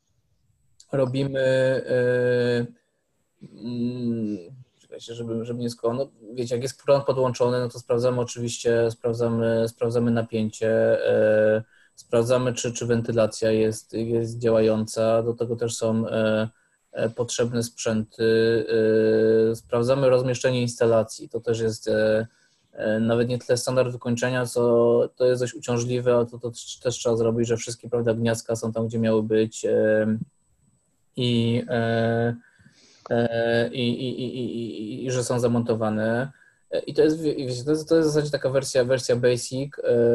robimy e, mm, Żeby, żeby nie skoło. No, wiecie, jak jest prąd podłączony, no to sprawdzamy oczywiście, sprawdzamy, sprawdzamy napięcie, e, sprawdzamy, czy, czy wentylacja jest, jest działająca, do tego też są e, e, potrzebne sprzęty, e, sprawdzamy rozmieszczenie instalacji, to też jest e, e, nawet nie tyle standard wykończenia, co to jest dość uciążliwe, ale to, to też trzeba zrobić, że wszystkie, prawda, gniazdka są tam, gdzie miały być e, i e, I, i, i, i, i że są zamontowane. I to jest, to jest, to jest w zasadzie taka wersja, wersja basic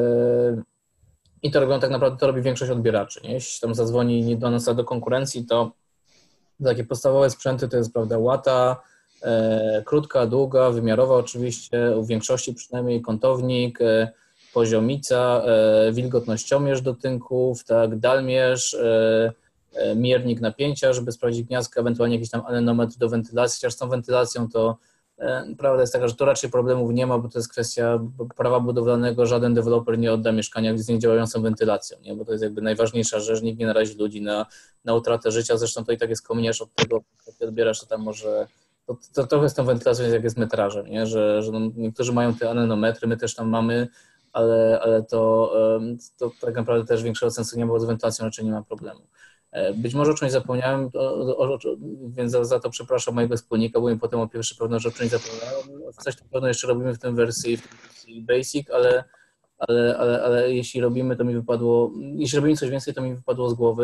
i to robią tak naprawdę, to robi większość odbieraczy. Nie? Jeśli tam zadzwoni nie do nas, a do konkurencji, to takie podstawowe sprzęty to jest, prawda, łata, e, krótka, długa, wymiarowa oczywiście, w większości przynajmniej kątownik, e, poziomica, e, wilgotnościomierz do tynków, tak, dalmierz, e, miernik napięcia, żeby sprawdzić gniazdka, ewentualnie jakiś tam anenometr do wentylacji, chociaż z tą wentylacją to e, prawda jest taka, że tu raczej problemów nie ma, bo to jest kwestia prawa budowlanego, żaden deweloper nie odda mieszkania z niedziałającą wentylacją, nie? Bo to jest jakby najważniejsza rzecz, nikt nie narazi ludzi na, na utratę życia, zresztą to i tak jest komieniarz od tego, jak odbierasz, to tam może, to, to trochę z tą wentylacją jest jak jest metrażem, nie? Że, że no, niektórzy mają te anenometry, my też tam mamy, ale, ale to, to tak naprawdę też większego sensu nie ma, bo z wentylacją raczej nie ma problemu. Być może o czymś zapomniałem, o, o, o, więc za, za to przepraszam mojego wspólnika, bo mi potem o pierwsze pewno, że o czymś zapomniałem. Coś na pewno jeszcze robimy w tym wersji, w tej wersji basic, ale, ale, ale, ale jeśli robimy, to mi wypadło, jeśli robimy coś więcej, to mi wypadło z głowy.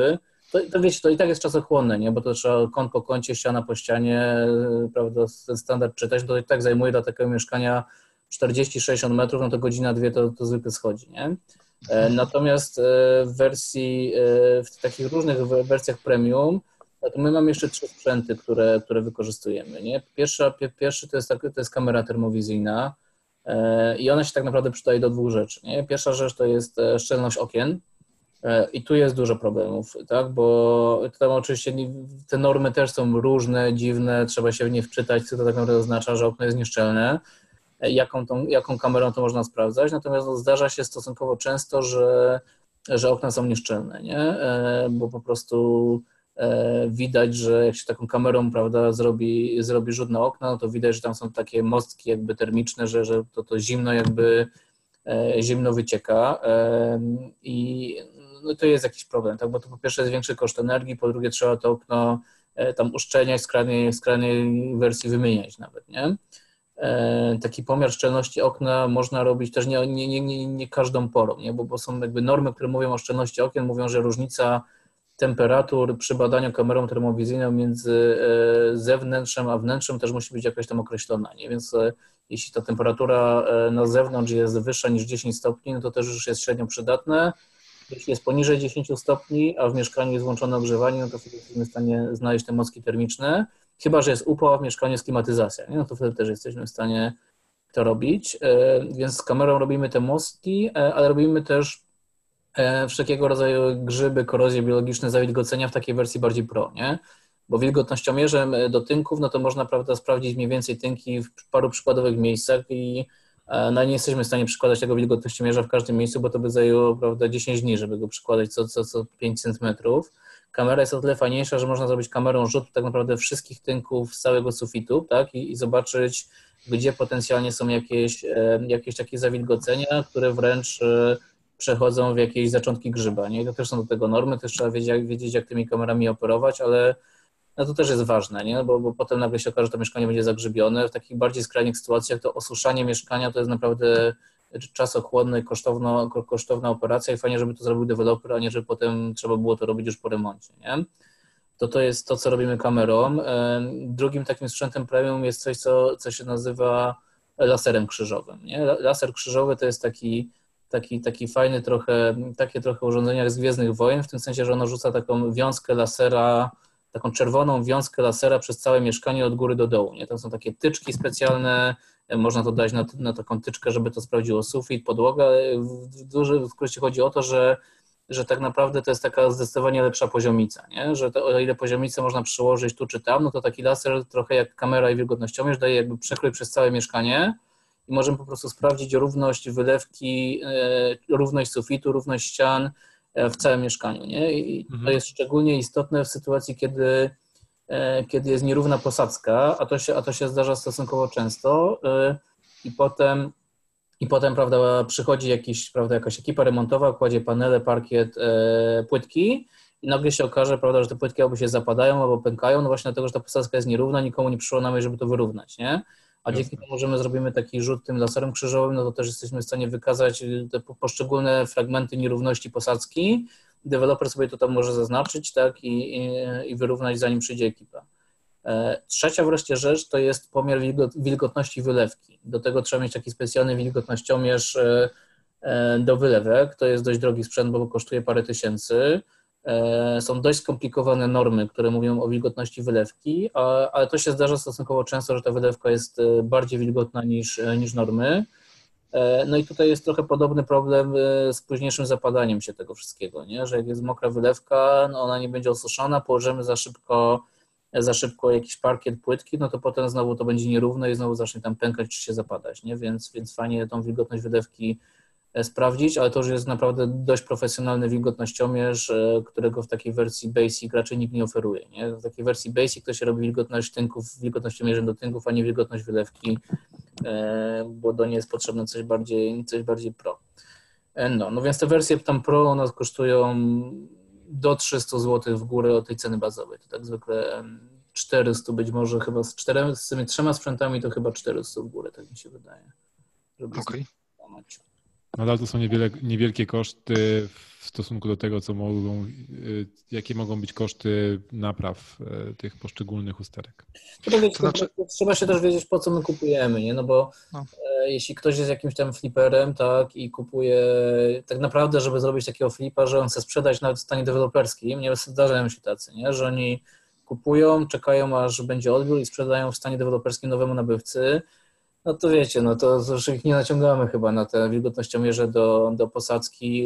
to, to wiecie, to i tak jest czasochłonne, nie? Bo to trzeba kąt po kącie, ściana po ścianie, prawda, ten standard czytać, to i tak zajmuje dla takiego mieszkania czterdzieści sześćdziesiąt metrów, no to godzina, dwie to, to zwykle schodzi, nie? Natomiast w wersji, w takich różnych wersjach premium, to my mamy jeszcze trzy sprzęty, które, które wykorzystujemy, nie? Pierwsza, pierwszy to jest, tak, to jest kamera termowizyjna i ona się tak naprawdę przydaje do dwóch rzeczy, nie? Pierwsza rzecz to jest szczelność okien i tu jest dużo problemów, tak? Bo tam oczywiście te normy też są różne, dziwne, trzeba się w nie wczytać, co to tak naprawdę oznacza, że okno jest nieszczelne. Jaką, tą, jaką kamerą to można sprawdzać, natomiast zdarza się stosunkowo często, że, że okna są nieszczelne, nie? Bo po prostu widać, że jak się taką kamerą, prawda, zrobi, zrobi rzut na okna, no to widać, że tam są takie mostki jakby termiczne, że, że to, to zimno jakby zimno wycieka i no to jest jakiś problem, tak? Bo to po pierwsze jest większy koszt energii, po drugie trzeba to okno tam uszczelniać, w skrajnej, w skrajnej wersji wymieniać nawet, nie? Taki pomiar szczelności okna można robić też nie, nie, nie, nie każdą porą, nie? Bo, bo są jakby normy, które mówią o szczelności okien, mówią, że różnica temperatur przy badaniu kamerą termowizyjną między zewnętrzem a wnętrzem też musi być jakaś tam określona, nie? Więc jeśli ta temperatura na zewnątrz jest wyższa niż dziesięć stopni, no to też już jest średnio przydatne. Jeśli jest poniżej dziesięć stopni, a w mieszkaniu jest włączone ogrzewanie, no to wtedy jesteśmy w stanie znaleźć te mostki termiczne. Chyba że jest upał, a w mieszkaniu jest klimatyzacja, nie? No to wtedy też jesteśmy w stanie to robić. Więc z kamerą robimy te mostki, ale robimy też wszelkiego rodzaju grzyby, korozje biologiczne, zawilgocenia w takiej wersji bardziej pro, nie? Bo wilgotnościomierzem do tynków, no to można, prawda, sprawdzić mniej więcej tynki w paru przykładowych miejscach i no nie jesteśmy w stanie przykładać tego wilgotnościomierza w każdym miejscu, bo to by zajęło, prawda, dziesięć dni, żeby go przykładać co, co, co pięć centymetrów. Kamera jest o tyle fajniejsza, że można zrobić kamerą rzut tak naprawdę wszystkich tynków z całego sufitu, tak, i, i zobaczyć, gdzie potencjalnie są jakieś, jakieś takie zawilgocenia, które wręcz przechodzą w jakieś zaczątki grzyba, nie? I to też są do tego normy, też trzeba wiedzieć, jak, wiedzieć, jak tymi kamerami operować, ale no to też jest ważne, nie? Bo, bo potem nagle się okaże, że to mieszkanie będzie zagrzybione. W takich bardziej skrajnych sytuacjach to osuszanie mieszkania to jest naprawdę czasochłonna i kosztowna, kosztowna operacja i fajnie, żeby to zrobił deweloper, a nie żeby potem trzeba było to robić już po remoncie, nie? To to jest to, co robimy kamerą. Drugim takim sprzętem premium jest coś, co, co się nazywa laserem krzyżowym, nie? Laser krzyżowy to jest taki Taki, taki fajny trochę, takie trochę urządzenie jak z Gwiezdnych Wojen, w tym sensie, że ono rzuca taką wiązkę lasera, taką czerwoną wiązkę lasera przez całe mieszkanie od góry do dołu, nie? Tam są takie tyczki specjalne, można to dać na, na taką tyczkę, żeby to sprawdziło sufit, podłoga. W dużym skrócie chodzi o to, że, że tak naprawdę to jest taka zdecydowanie lepsza poziomica, nie? Że to, o ile poziomicę można przełożyć tu czy tam, no to taki laser trochę jak kamera i wilgotnościomierz daje jakby przekrój przez całe mieszkanie i możemy po prostu sprawdzić równość wylewki, równość sufitu, równość ścian w całym mieszkaniu, nie? I to Mhm. jest szczególnie istotne w sytuacji, kiedy, kiedy jest nierówna posadzka, a to się, a to się zdarza stosunkowo często i potem, i potem prawda, przychodzi jakiś, prawda, jakaś ekipa remontowa, kładzie panele, parkiet, płytki i nagle się okaże, prawda, że te płytki albo się zapadają, albo pękają, no właśnie dlatego, że ta posadzka jest nierówna, nikomu nie przyszło na myśl, żeby to wyrównać, nie? A Jasne. dzięki temu, że my zrobimy taki rzut tym laserem krzyżowym, no to też jesteśmy w stanie wykazać te poszczególne fragmenty nierówności posadzki. Deweloper sobie to tam może zaznaczyć, tak, i, i, i wyrównać, zanim przyjdzie ekipa. Trzecia wreszcie rzecz to jest pomiar wilgotności wylewki. Do tego trzeba mieć taki specjalny wilgotnościomierz do wylewek. To jest dość drogi sprzęt, bo kosztuje parę tysięcy. Są dość skomplikowane normy, które mówią o wilgotności wylewki, ale to się zdarza stosunkowo często, że ta wylewka jest bardziej wilgotna niż, niż normy. No i tutaj jest trochę podobny problem z późniejszym zapadaniem się tego wszystkiego, nie? Że jak jest mokra wylewka, no ona nie będzie osuszona, położymy za szybko, za szybko jakiś parkiet, płytki, no to potem znowu to będzie nierówne i znowu zacznie tam pękać czy się zapadać, nie? Więc, więc fajnie tą wilgotność wylewki sprawdzić, ale to już jest naprawdę dość profesjonalny wilgotnościomierz, którego w takiej wersji Basic raczej nikt nie oferuje, nie? W takiej wersji Basic to się robi wilgotność tynków, wilgotnościomierzem do tynków, a nie wilgotność wylewki, bo do niej jest potrzebne coś bardziej, coś bardziej pro. No, no więc te wersje tam pro, one kosztują do trzysta złotych w górę od tej ceny bazowej. To tak zwykle czterysta, być może chyba z, czterema, z tymi trzema sprzętami to chyba czterysta w górę, tak mi się wydaje. Okej. Okay. Nadal to są niewiele, niewielkie koszty w stosunku do tego, co mogą, jakie mogą być koszty napraw tych poszczególnych usterek. To, wiecie, To znaczy... Trzeba się też wiedzieć, po co my kupujemy, nie? No bo no. jeśli ktoś jest jakimś tam fliperem, tak, i kupuje tak naprawdę, żeby zrobić takiego flipa, że on chce sprzedać nawet w stanie deweloperskim, nie zdarzają się tacy, nie? Że oni kupują, czekają, aż będzie odbiór i sprzedają w stanie deweloperskim nowemu nabywcy. No to wiecie, no to zresztą ich nie naciągamy chyba na te wilgotnościomierze do, do posadzki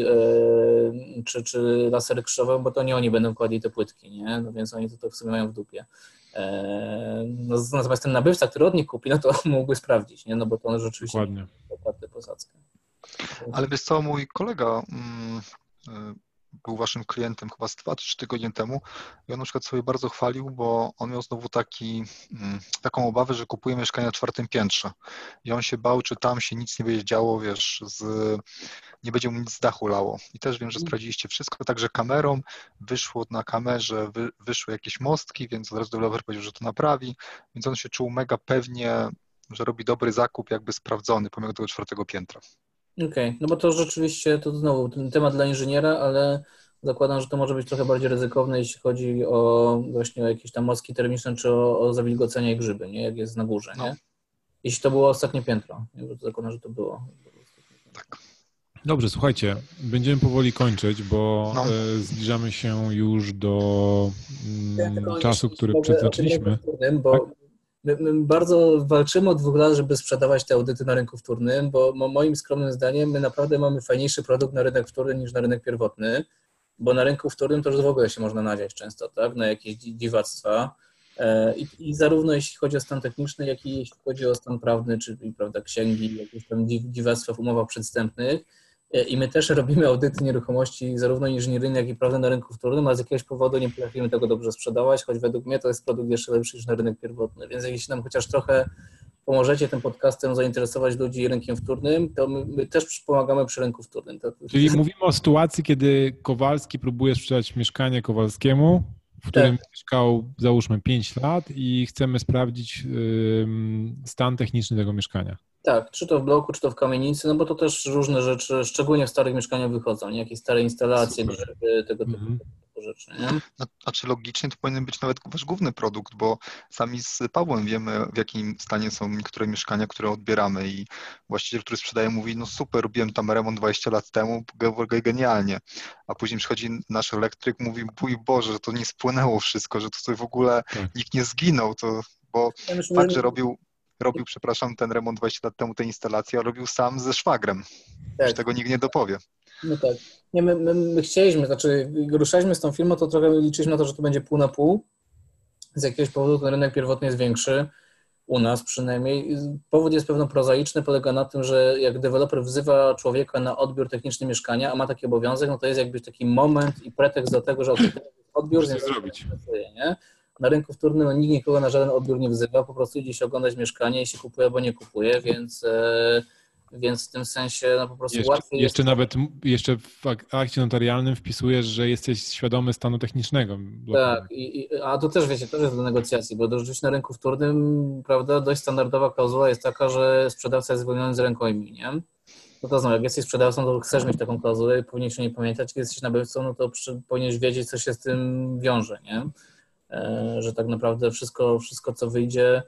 yy, czy, czy lasery krzyżowe, bo to nie oni będą kładli te płytki, nie? No więc oni to, to w sumie mają w dupie. Yy, no, natomiast ten nabywca, który od nich kupi, no to mógłby sprawdzić, nie? No bo to on rzeczywiście Dokładnie. Dokładnie posadzkę. Ale wiesz co, mój kolega mm, był waszym klientem chyba z dwa czy trzy tygodnie temu i on na przykład sobie bardzo chwalił, bo on miał znowu taki, taką obawę, że kupuje mieszkanie na czwartym piętrze i on się bał, czy tam się nic nie będzie działo, wiesz, z, nie będzie mu nic z dachu lało. I też wiem, że sprawdziliście wszystko, także kamerą wyszło na kamerze, wy, wyszły jakieś mostki, więc od razu deweloper powiedział, że to naprawi, więc on się czuł mega pewnie, że robi dobry zakup, jakby sprawdzony pomimo tego czwartego piętra. Okej, okay. No bo to rzeczywiście, to znowu ten temat dla inżyniera, ale zakładam, że to może być trochę bardziej ryzykowne, jeśli chodzi o właśnie o jakieś tam mostki termiczne, czy o, o zawilgocenie i grzyby, nie? Jak jest na górze, nie? No. Jeśli to było ostatnie piętro, nie? Bo to zakładam, że to było. Tak. Dobrze, słuchajcie, będziemy powoli kończyć, bo no. zbliżamy się już do ja czasu, który przeznaczyliśmy. Bo tak? My, my bardzo walczymy od dwóch lat, żeby sprzedawać te audyty na rynku wtórnym, bo moim skromnym zdaniem my naprawdę mamy fajniejszy produkt na rynek wtórny niż na rynek pierwotny, bo na rynku wtórnym to już w ogóle się można nadziać często, tak, na jakieś dziwactwa. I, i zarówno jeśli chodzi o stan techniczny, jak i jeśli chodzi o stan prawny, czyli prawda, księgi, jakieś tam dziwactwa w umowach przedwstępnych. I my też robimy audyty nieruchomości zarówno inżynieryjne, jak i prawne na rynku wtórnym, a z jakiegoś powodu nie potrafimy tego dobrze sprzedawać, choć według mnie to jest produkt jeszcze lepszy niż na rynek pierwotny. Więc jeśli nam chociaż trochę pomożecie tym podcastem zainteresować ludzi rynkiem wtórnym, to my, my też pomagamy przy rynku wtórnym. To... Czyli mówimy o sytuacji, kiedy Kowalski próbuje sprzedać mieszkanie Kowalskiemu, w którym tak. mieszkał załóżmy pięć lat i chcemy sprawdzić yy, stan techniczny tego mieszkania. Tak, czy to w bloku, czy to w kamienicy, no bo to też różne rzeczy, szczególnie w starych mieszkaniach wychodzą, nie? Jakieś stare instalacje, grzyby, tego typu mm-hmm. rzeczy, nie? Znaczy logicznie to powinien być nawet wasz główny produkt, bo sami z Pawłem wiemy, w jakim stanie są niektóre mieszkania, które odbieramy i właściciel, który sprzedaje, mówi, no super, robiłem tam remont dwadzieścia lat temu, genialnie, a później przychodzi nasz elektryk, mówi, bój Boże, że to nie spłynęło wszystko, że to sobie w ogóle tak. nikt nie zginął, to, bo ja myślę, fakt, że robił robił, przepraszam, ten remont dwadzieścia lat temu, tę instalację, a robił sam ze szwagrem. Tak. Już tego nikt nie dopowie. No tak. Nie, my, my, my chcieliśmy, znaczy ruszaliśmy z tą firmą, to trochę liczyliśmy na to, że to będzie pół na pół. Z jakiegoś powodu ten rynek pierwotny jest większy, u nas przynajmniej. Powód jest pewno prozaiczny, polega na tym, że jak deweloper wzywa człowieka na odbiór techniczny mieszkania, a ma taki obowiązek, no to jest jakby taki moment i pretekst do tego, że odbiór nie zrobić. Pracuje, nie? Na rynku wtórnym no, nikt nikogo na żaden odbiór nie wzywa, po prostu idzie się oglądać mieszkanie, jeśli kupuje albo nie kupuje, więc, e, więc w tym sensie no, po prostu jeszcze, łatwiej jeszcze jest... nawet jeszcze w akcie notarialnym wpisujesz, że jesteś świadomy stanu technicznego. Tak, i, i, a to też wiecie, to jest do negocjacji, bo rzeczywiście na rynku wtórnym, prawda, dość standardowa klauzula jest taka, że sprzedawca jest zwolniony z rękojmi, nie? No to znowu, jak jesteś sprzedawcą, to chcesz mieć taką klauzulę i powinieneś o niej pamiętać, kiedy jesteś nabywcą, no to przy, powinieneś wiedzieć, co się z tym wiąże, nie? Że tak naprawdę wszystko, wszystko co wyjdzie,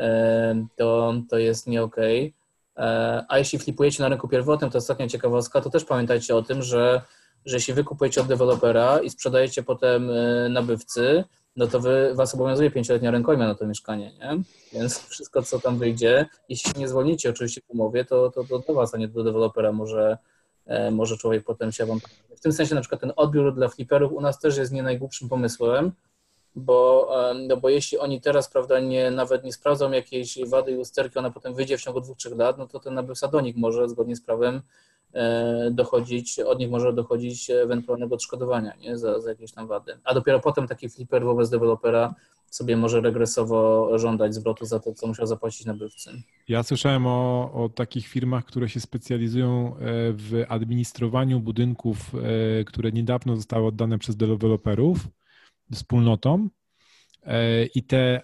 to, to jest nie okej. A jeśli flipujecie na rynku pierwotnym, to ostatnia ciekawostka, to też pamiętajcie o tym, że, że jeśli wy kupujecie od dewelopera i sprzedajecie potem nabywcy, no to wy, was obowiązuje pięcioletnia rękojmia na to mieszkanie, nie? Więc wszystko, co tam wyjdzie, jeśli się nie zwolnicie oczywiście w umowie, to, to, to do was, a nie do dewelopera może, może człowiek potem się wam... W tym sensie na przykład ten odbiór dla fliperów u nas też jest nie najgłupszym pomysłem, bo, no bo jeśli oni teraz, prawda, nie, nawet nie sprawdzą jakiejś wady i usterki, ona potem wyjdzie w ciągu dwóch, trzech lat, no to ten nabywca do nich może zgodnie z prawem dochodzić, od nich może dochodzić ewentualnego odszkodowania, nie, za, za jakieś tam wady. A dopiero potem taki flipper wobec dewelopera sobie może regresowo żądać zwrotu za to, co musiał zapłacić nabywcy. Ja słyszałem o, o takich firmach, które się specjalizują w administrowaniu budynków, które niedawno zostały oddane przez deweloperów wspólnotom i te,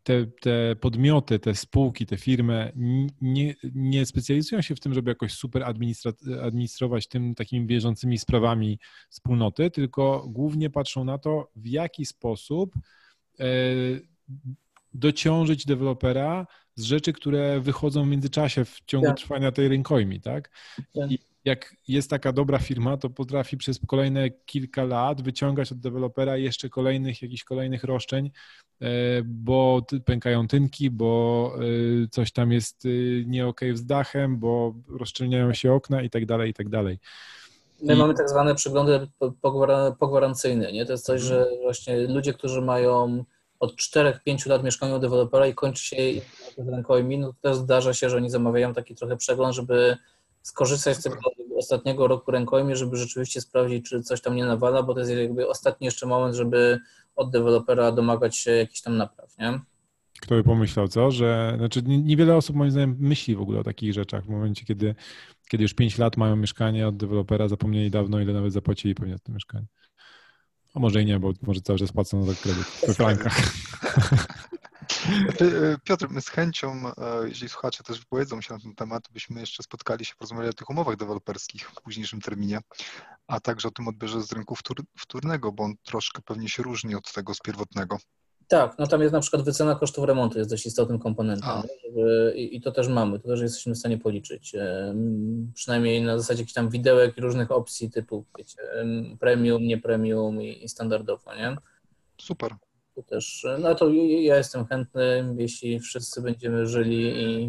te, te podmioty, te spółki, te firmy nie, nie specjalizują się w tym, żeby jakoś super administra- administrować tym takimi bieżącymi sprawami wspólnoty, tylko głównie patrzą na to, w jaki sposób e, dociążyć dewelopera z rzeczy, które wychodzą w międzyczasie w ciągu Tak. trwania tej rękojmi, tak? Tak. I jak jest taka dobra firma, to potrafi przez kolejne kilka lat wyciągać od dewelopera jeszcze kolejnych, jakichś kolejnych roszczeń, bo pękają tynki, bo coś tam jest nie okej z dachem, bo rozszczelniają się okna i tak dalej, i tak dalej. My I... mamy tak zwane przeglądy pogwarancyjne, nie? To jest coś, że właśnie ludzie, którzy mają od czterech do pięciu lat mieszkają u dewelopera i kończy się rękojmi, no to też zdarza się, że oni zamawiają taki trochę przegląd, żeby skorzystać z tego ostatniego roku rękojmi, żeby rzeczywiście sprawdzić, czy coś tam nie nawala, bo to jest jakby ostatni jeszcze moment, żeby od dewelopera domagać się jakichś tam napraw, nie? Kto by pomyślał, co? Że, znaczy niewiele osób moim zdaniem myśli w ogóle o takich rzeczach w momencie, kiedy, kiedy już pięć lat mają mieszkanie od dewelopera, zapomnieli dawno, ile nawet zapłacili pewnie za to mieszkanie. A może i nie, bo może cały czas płacą za kredyt we frankach. Piotr, my z chęcią, jeśli słuchacze też wypowiedzą się na ten temat, byśmy jeszcze spotkali się, porozmawiali o tych umowach deweloperskich w późniejszym terminie, a także o tym odbiorze z rynku wtór- wtórnego, bo on troszkę pewnie się różni od tego z pierwotnego. Tak, no tam jest na przykład wycena kosztów remontu, jest dość istotnym komponentem, żeby, i, i to też mamy, to też jesteśmy w stanie policzyć, przynajmniej na zasadzie jakichś tam widełek i różnych opcji typu, wiecie, premium, nie premium i, i standardowo, nie? Super. To też, no to ja jestem chętny, jeśli wszyscy będziemy żyli i,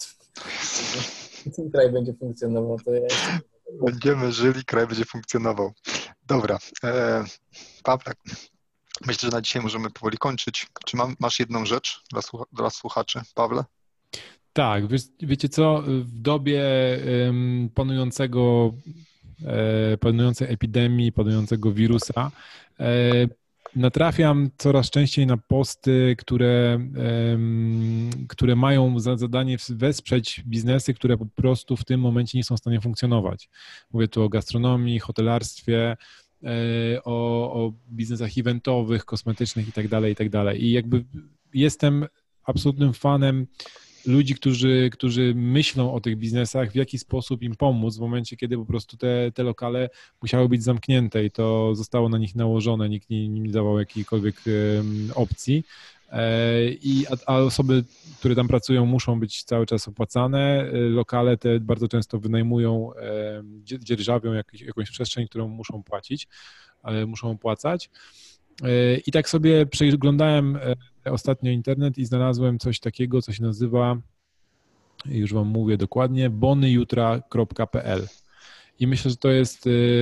i ten kraj będzie funkcjonował, to ja jestem... Będziemy żyli, kraj będzie funkcjonował. Dobra, e, Pawle, myślę, że na dzisiaj możemy powoli kończyć. Czy mam, masz jedną rzecz dla, słucha, dla słuchaczy, Pawle? Tak, wie, wiecie co, w dobie um, panującego, e, panującej epidemii, panującego wirusa, e, natrafiam coraz częściej na posty, które, um, które mają za zadanie wesprzeć biznesy, które po prostu w tym momencie nie są w stanie funkcjonować. Mówię tu o gastronomii, hotelarstwie, o, o biznesach eventowych, kosmetycznych i tak dalej, i tak dalej. I jakby jestem absolutnym fanem ludzi, którzy, którzy myślą o tych biznesach, w jaki sposób im pomóc w momencie, kiedy po prostu te, te lokale musiały być zamknięte i to zostało na nich nałożone, nikt nie, nie dawał jakiejkolwiek um, opcji. I, a, a osoby, które tam pracują, muszą być cały czas opłacane. Lokale te bardzo często wynajmują, dzierżawią jakąś, jakąś przestrzeń, którą muszą płacić, muszą opłacać. I tak sobie przeglądałem ostatnio internet i znalazłem coś takiego, co się nazywa, już wam mówię dokładnie, bony jutra kropka p l. I myślę, że to jest,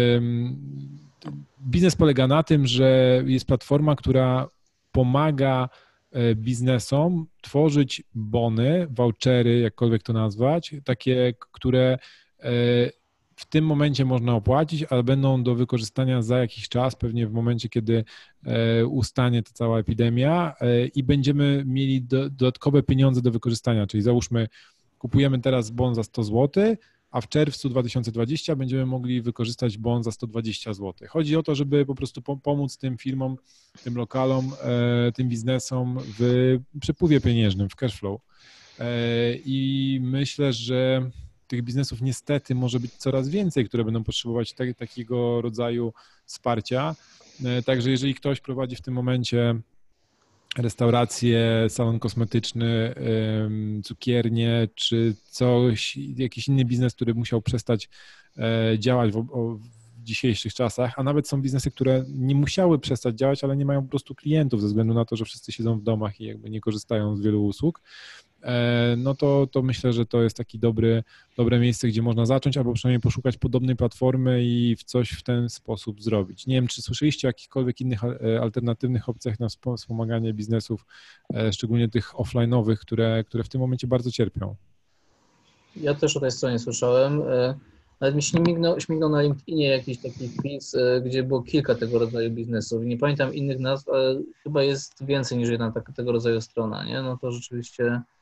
biznes polega na tym, że jest platforma, która pomaga biznesom tworzyć bony, vouchery, jakkolwiek to nazwać, takie, które w tym momencie można opłacić, ale będą do wykorzystania za jakiś czas, pewnie w momencie, kiedy ustanie ta cała epidemia i będziemy mieli do, dodatkowe pieniądze do wykorzystania, czyli załóżmy, kupujemy teraz bon za sto złotych, a w czerwcu dwa tysiące dwudziestym będziemy mogli wykorzystać bon za sto dwadzieścia złotych. Chodzi o to, żeby po prostu pomóc tym firmom, tym lokalom, tym biznesom w przepływie pieniężnym, w cash flow. I myślę, że tych biznesów niestety może być coraz więcej, które będą potrzebować te, takiego rodzaju wsparcia. Także jeżeli ktoś prowadzi w tym momencie restaurację, salon kosmetyczny, cukiernię, czy coś, jakiś inny biznes, który musiał przestać działać w, w dzisiejszych czasach, a nawet są biznesy, które nie musiały przestać działać, ale nie mają po prostu klientów ze względu na to, że wszyscy siedzą w domach i jakby nie korzystają z wielu usług, no to, to myślę, że to jest taki dobry, dobre miejsce, gdzie można zacząć, albo przynajmniej poszukać podobnej platformy i w coś w ten sposób zrobić. Nie wiem, czy słyszeliście o jakichkolwiek innych alternatywnych opcjach na wspomaganie biznesów, szczególnie tych offline'owych, które, które w tym momencie bardzo cierpią. Ja też o tej stronie słyszałem. Nawet mi śmignął, śmignął na LinkedInie jakiś taki wpis, gdzie było kilka tego rodzaju biznesów. Nie pamiętam innych nazw, ale chyba jest więcej niż jedna taka, tego rodzaju strona, nie? No to rzeczywiście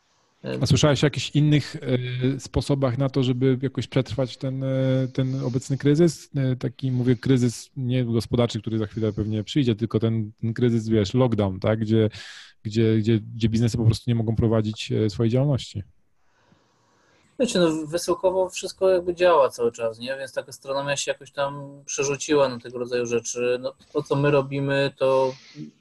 A słyszałeś o jakichś innych y, sposobach na to, żeby jakoś przetrwać ten, y, ten obecny kryzys? Y, taki, mówię, kryzys nie gospodarczy, który za chwilę pewnie przyjdzie, tylko ten, ten kryzys, wiesz, lockdown, tak? Gdzie, gdzie, gdzie, gdzie biznesy po prostu nie mogą prowadzić y, swojej działalności. Wiecie, no wysyłkowo wszystko jakby działa cały czas, nie? Więc ta gastronomia się jakoś tam przerzuciła na tego rodzaju rzeczy. No, to, co my robimy, to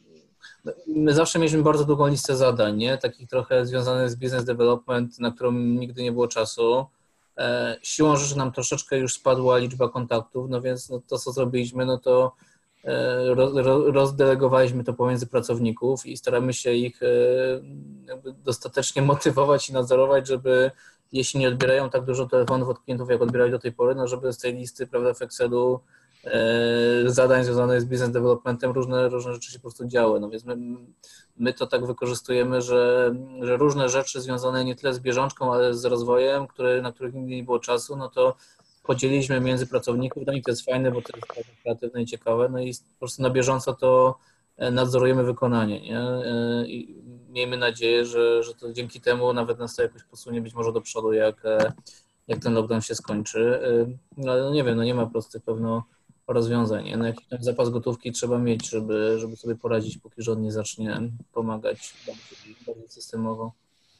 my zawsze mieliśmy bardzo długą listę zadań, nie? Takich trochę związanych z business development, na którą nigdy nie było czasu. E, siłą rzeczy nam troszeczkę już spadła liczba kontaktów, no więc no, to, co zrobiliśmy, no to e, roz, rozdelegowaliśmy to pomiędzy pracowników i staramy się ich e, jakby dostatecznie motywować i nadzorować, żeby jeśli nie odbierają tak dużo telefonów od klientów, jak odbierali do tej pory, no żeby z tej listy, prawda, w Excelu zadań związanych z business developmentem różne, różne rzeczy się po prostu działy. No więc my, my to tak wykorzystujemy, że, że różne rzeczy związane nie tyle z bieżączką, ale z rozwojem, które, na których nigdy nie było czasu, no to podzieliliśmy między pracowników. Dla nich to jest fajne, bo to jest tak kreatywne i ciekawe. No i po prostu na bieżąco to nadzorujemy wykonanie, nie? I miejmy nadzieję, że, że to dzięki temu nawet nas to jakoś posunie być może do przodu, jak, jak ten lockdown się skończy. No, ale no nie wiem, no nie ma prostych pewno rozwiązań. No jakiś tam zapas gotówki trzeba mieć, żeby, żeby sobie poradzić, póki rząd nie zacznie pomagać bardziej, bardziej systemowo.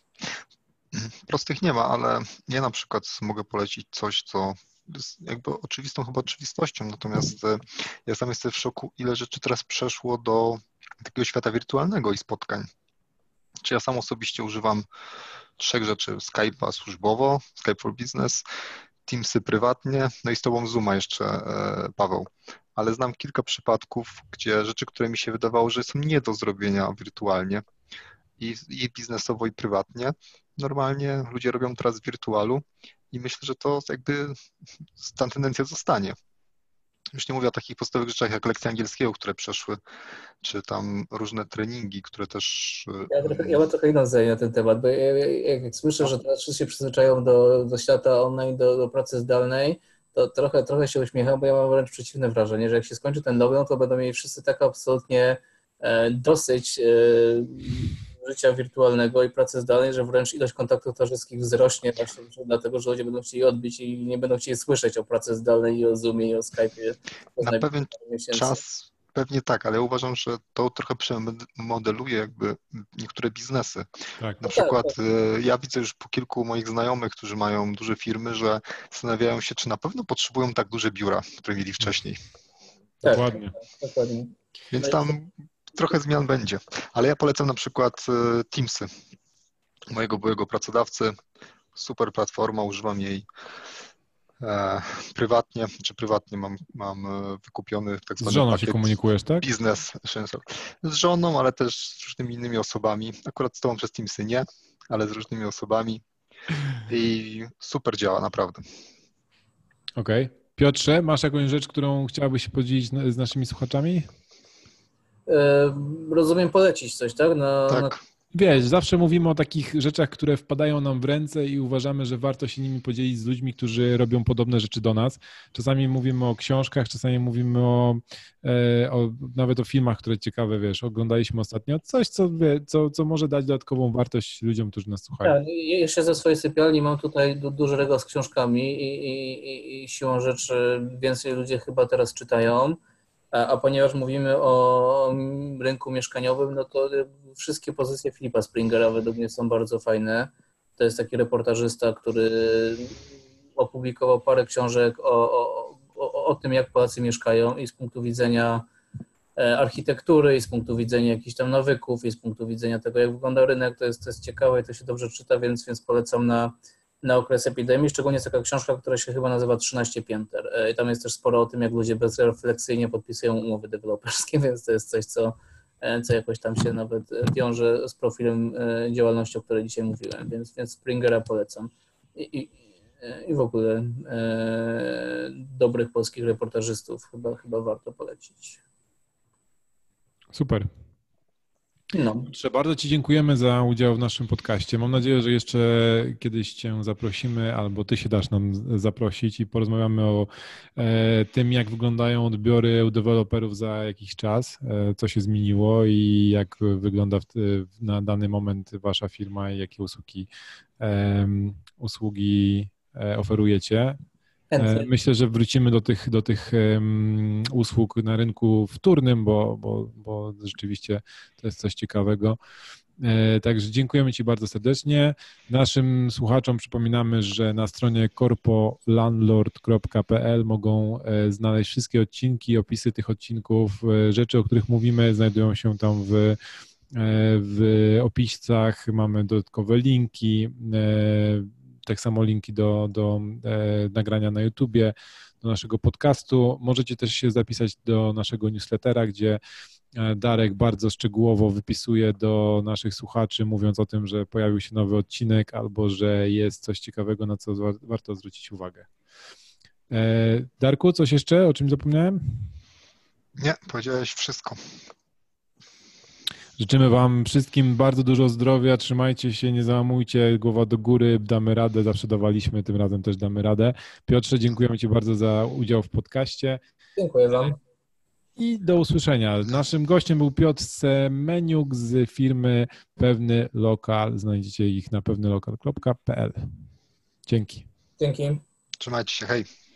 Prostych nie ma, ale ja na przykład mogę polecić coś, co jest jakby oczywistą chyba oczywistością, natomiast ja sam jestem w szoku, ile rzeczy teraz przeszło do takiego świata wirtualnego i spotkań. Czy ja sam osobiście używam trzech rzeczy: Skype'a służbowo, Skype for Business, Teamsy prywatnie, no i z tobą Zooma jeszcze, Paweł. Ale znam kilka przypadków, gdzie rzeczy, które mi się wydawało, że są nie do zrobienia wirtualnie i, i biznesowo, i prywatnie, normalnie ludzie robią teraz w wirtualu i myślę, że to jakby ta tendencja zostanie. Już nie mówię o takich podstawowych rzeczach jak lekcje angielskiego, które przeszły, czy tam różne treningi, które też... Ja, trochę, ja mam trochę inną zdanie na ten temat, bo jak, jak słyszę, że teraz wszyscy się przyzwyczają do, do świata online, do, do pracy zdalnej, to trochę, trochę się uśmiecham, bo ja mam wręcz przeciwne wrażenie, że jak się skończy ten lockdown, to będą mieli wszyscy tak absolutnie e, dosyć e, życia wirtualnego i pracy zdalnej, że wręcz ilość kontaktów towarzyskich wzrośnie właśnie dlatego, że ludzie będą chcieli odbić i nie będą chcieli słyszeć o pracy zdalnej i o Zoomie i o Skype'ie. Na pewien czas pewnie tak, ale ja uważam, że to trochę przemodeluje jakby niektóre biznesy. Tak. Na przykład tak, tak. Ja widzę już po kilku moich znajomych, którzy mają duże firmy, że zastanawiają się, czy na pewno potrzebują tak duże biura, które mieli wcześniej. Tak, dokładnie. Tak, dokładnie. Więc tam trochę zmian będzie. Ale ja polecam na przykład Teamsy mojego byłego pracodawcy. Super platforma, używam jej e, prywatnie, czy prywatnie mam, mam wykupiony tak zwany Z żoną pakiet się komunikujesz, tak? biznes. Z żoną, ale też z różnymi innymi osobami. Akurat z tobą przez Teamsy nie, ale z różnymi osobami. I super działa, naprawdę. Okej. Okay. Piotrze, masz jakąś rzecz, którą chciałabyś się podzielić z naszymi słuchaczami? Rozumiem, polecić coś, tak? Na, tak. Na... Wiesz, zawsze mówimy o takich rzeczach, które wpadają nam w ręce i uważamy, że warto się nimi podzielić z ludźmi, którzy robią podobne rzeczy do nas. Czasami mówimy o książkach, czasami mówimy o, o nawet o filmach, które ciekawe, wiesz, oglądaliśmy ostatnio. Coś, co, wie, co, co może dać dodatkową wartość ludziom, którzy nas słuchają. Tak, jeszcze ze swojej sypialni mam tutaj du- duży regał z książkami i, i, i, i siłą rzeczy więcej ludzie chyba teraz czytają. A, a ponieważ mówimy o rynku mieszkaniowym, no to wszystkie pozycje Filipa Springera według mnie są bardzo fajne. To jest taki reportażysta, który opublikował parę książek o, o, o, o tym, jak Polacy mieszkają i z punktu widzenia architektury, i z punktu widzenia jakichś tam nawyków, i z punktu widzenia tego, jak wygląda rynek. To jest, to jest ciekawe i to się dobrze czyta, więc, więc polecam na na okres epidemii, szczególnie jest taka książka, która się chyba nazywa trzynaście pięter. I tam jest też sporo o tym, jak ludzie bezrefleksyjnie podpisują umowy deweloperskie, więc to jest coś, co, co jakoś tam się nawet wiąże z profilem działalności, o której dzisiaj mówiłem, więc, więc Springera polecam. I, i, i w ogóle e, dobrych polskich reportażystów chyba, chyba warto polecić. Super. No. Piotrze, bardzo Ci dziękujemy za udział w naszym podcaście. Mam nadzieję, że jeszcze kiedyś Cię zaprosimy, albo Ty się dasz nam zaprosić i porozmawiamy o e, tym, jak wyglądają odbiory u deweloperów za jakiś czas, e, co się zmieniło i jak wygląda w, na dany moment Wasza firma i jakie usługi, e, usługi e, oferujecie. Chętnie. Myślę, że wrócimy do tych, do tych um, usług na rynku wtórnym, bo, bo, bo rzeczywiście to jest coś ciekawego. E, także dziękujemy Ci bardzo serdecznie. Naszym słuchaczom przypominamy, że na stronie corpolandlord kropka p l mogą e, znaleźć wszystkie odcinki, opisy tych odcinków, e, rzeczy, o których mówimy, znajdują się tam w, e, w opisach, mamy dodatkowe linki, e, tak samo linki do, do e, nagrania na YouTubie, do naszego podcastu. Możecie też się zapisać do naszego newslettera, gdzie Darek bardzo szczegółowo wypisuje do naszych słuchaczy, mówiąc o tym, że pojawił się nowy odcinek albo że jest coś ciekawego, na co warto zwrócić uwagę. E, Darku, coś jeszcze, o czym zapomniałem? Nie, powiedziałeś wszystko. Życzymy Wam wszystkim bardzo dużo zdrowia, trzymajcie się, nie załamujcie, głowa do góry, damy radę, zawsze dawaliśmy, tym razem też damy radę. Piotrze, dziękujemy Ci bardzo za udział w podcaście. Dziękuję Wam. I do usłyszenia. Naszym gościem był Piotr Semeniuk z firmy Pewny Lokal. Znajdziecie ich na pewny lokal kropka p l. Dzięki. Dzięki. Trzymajcie się, hej.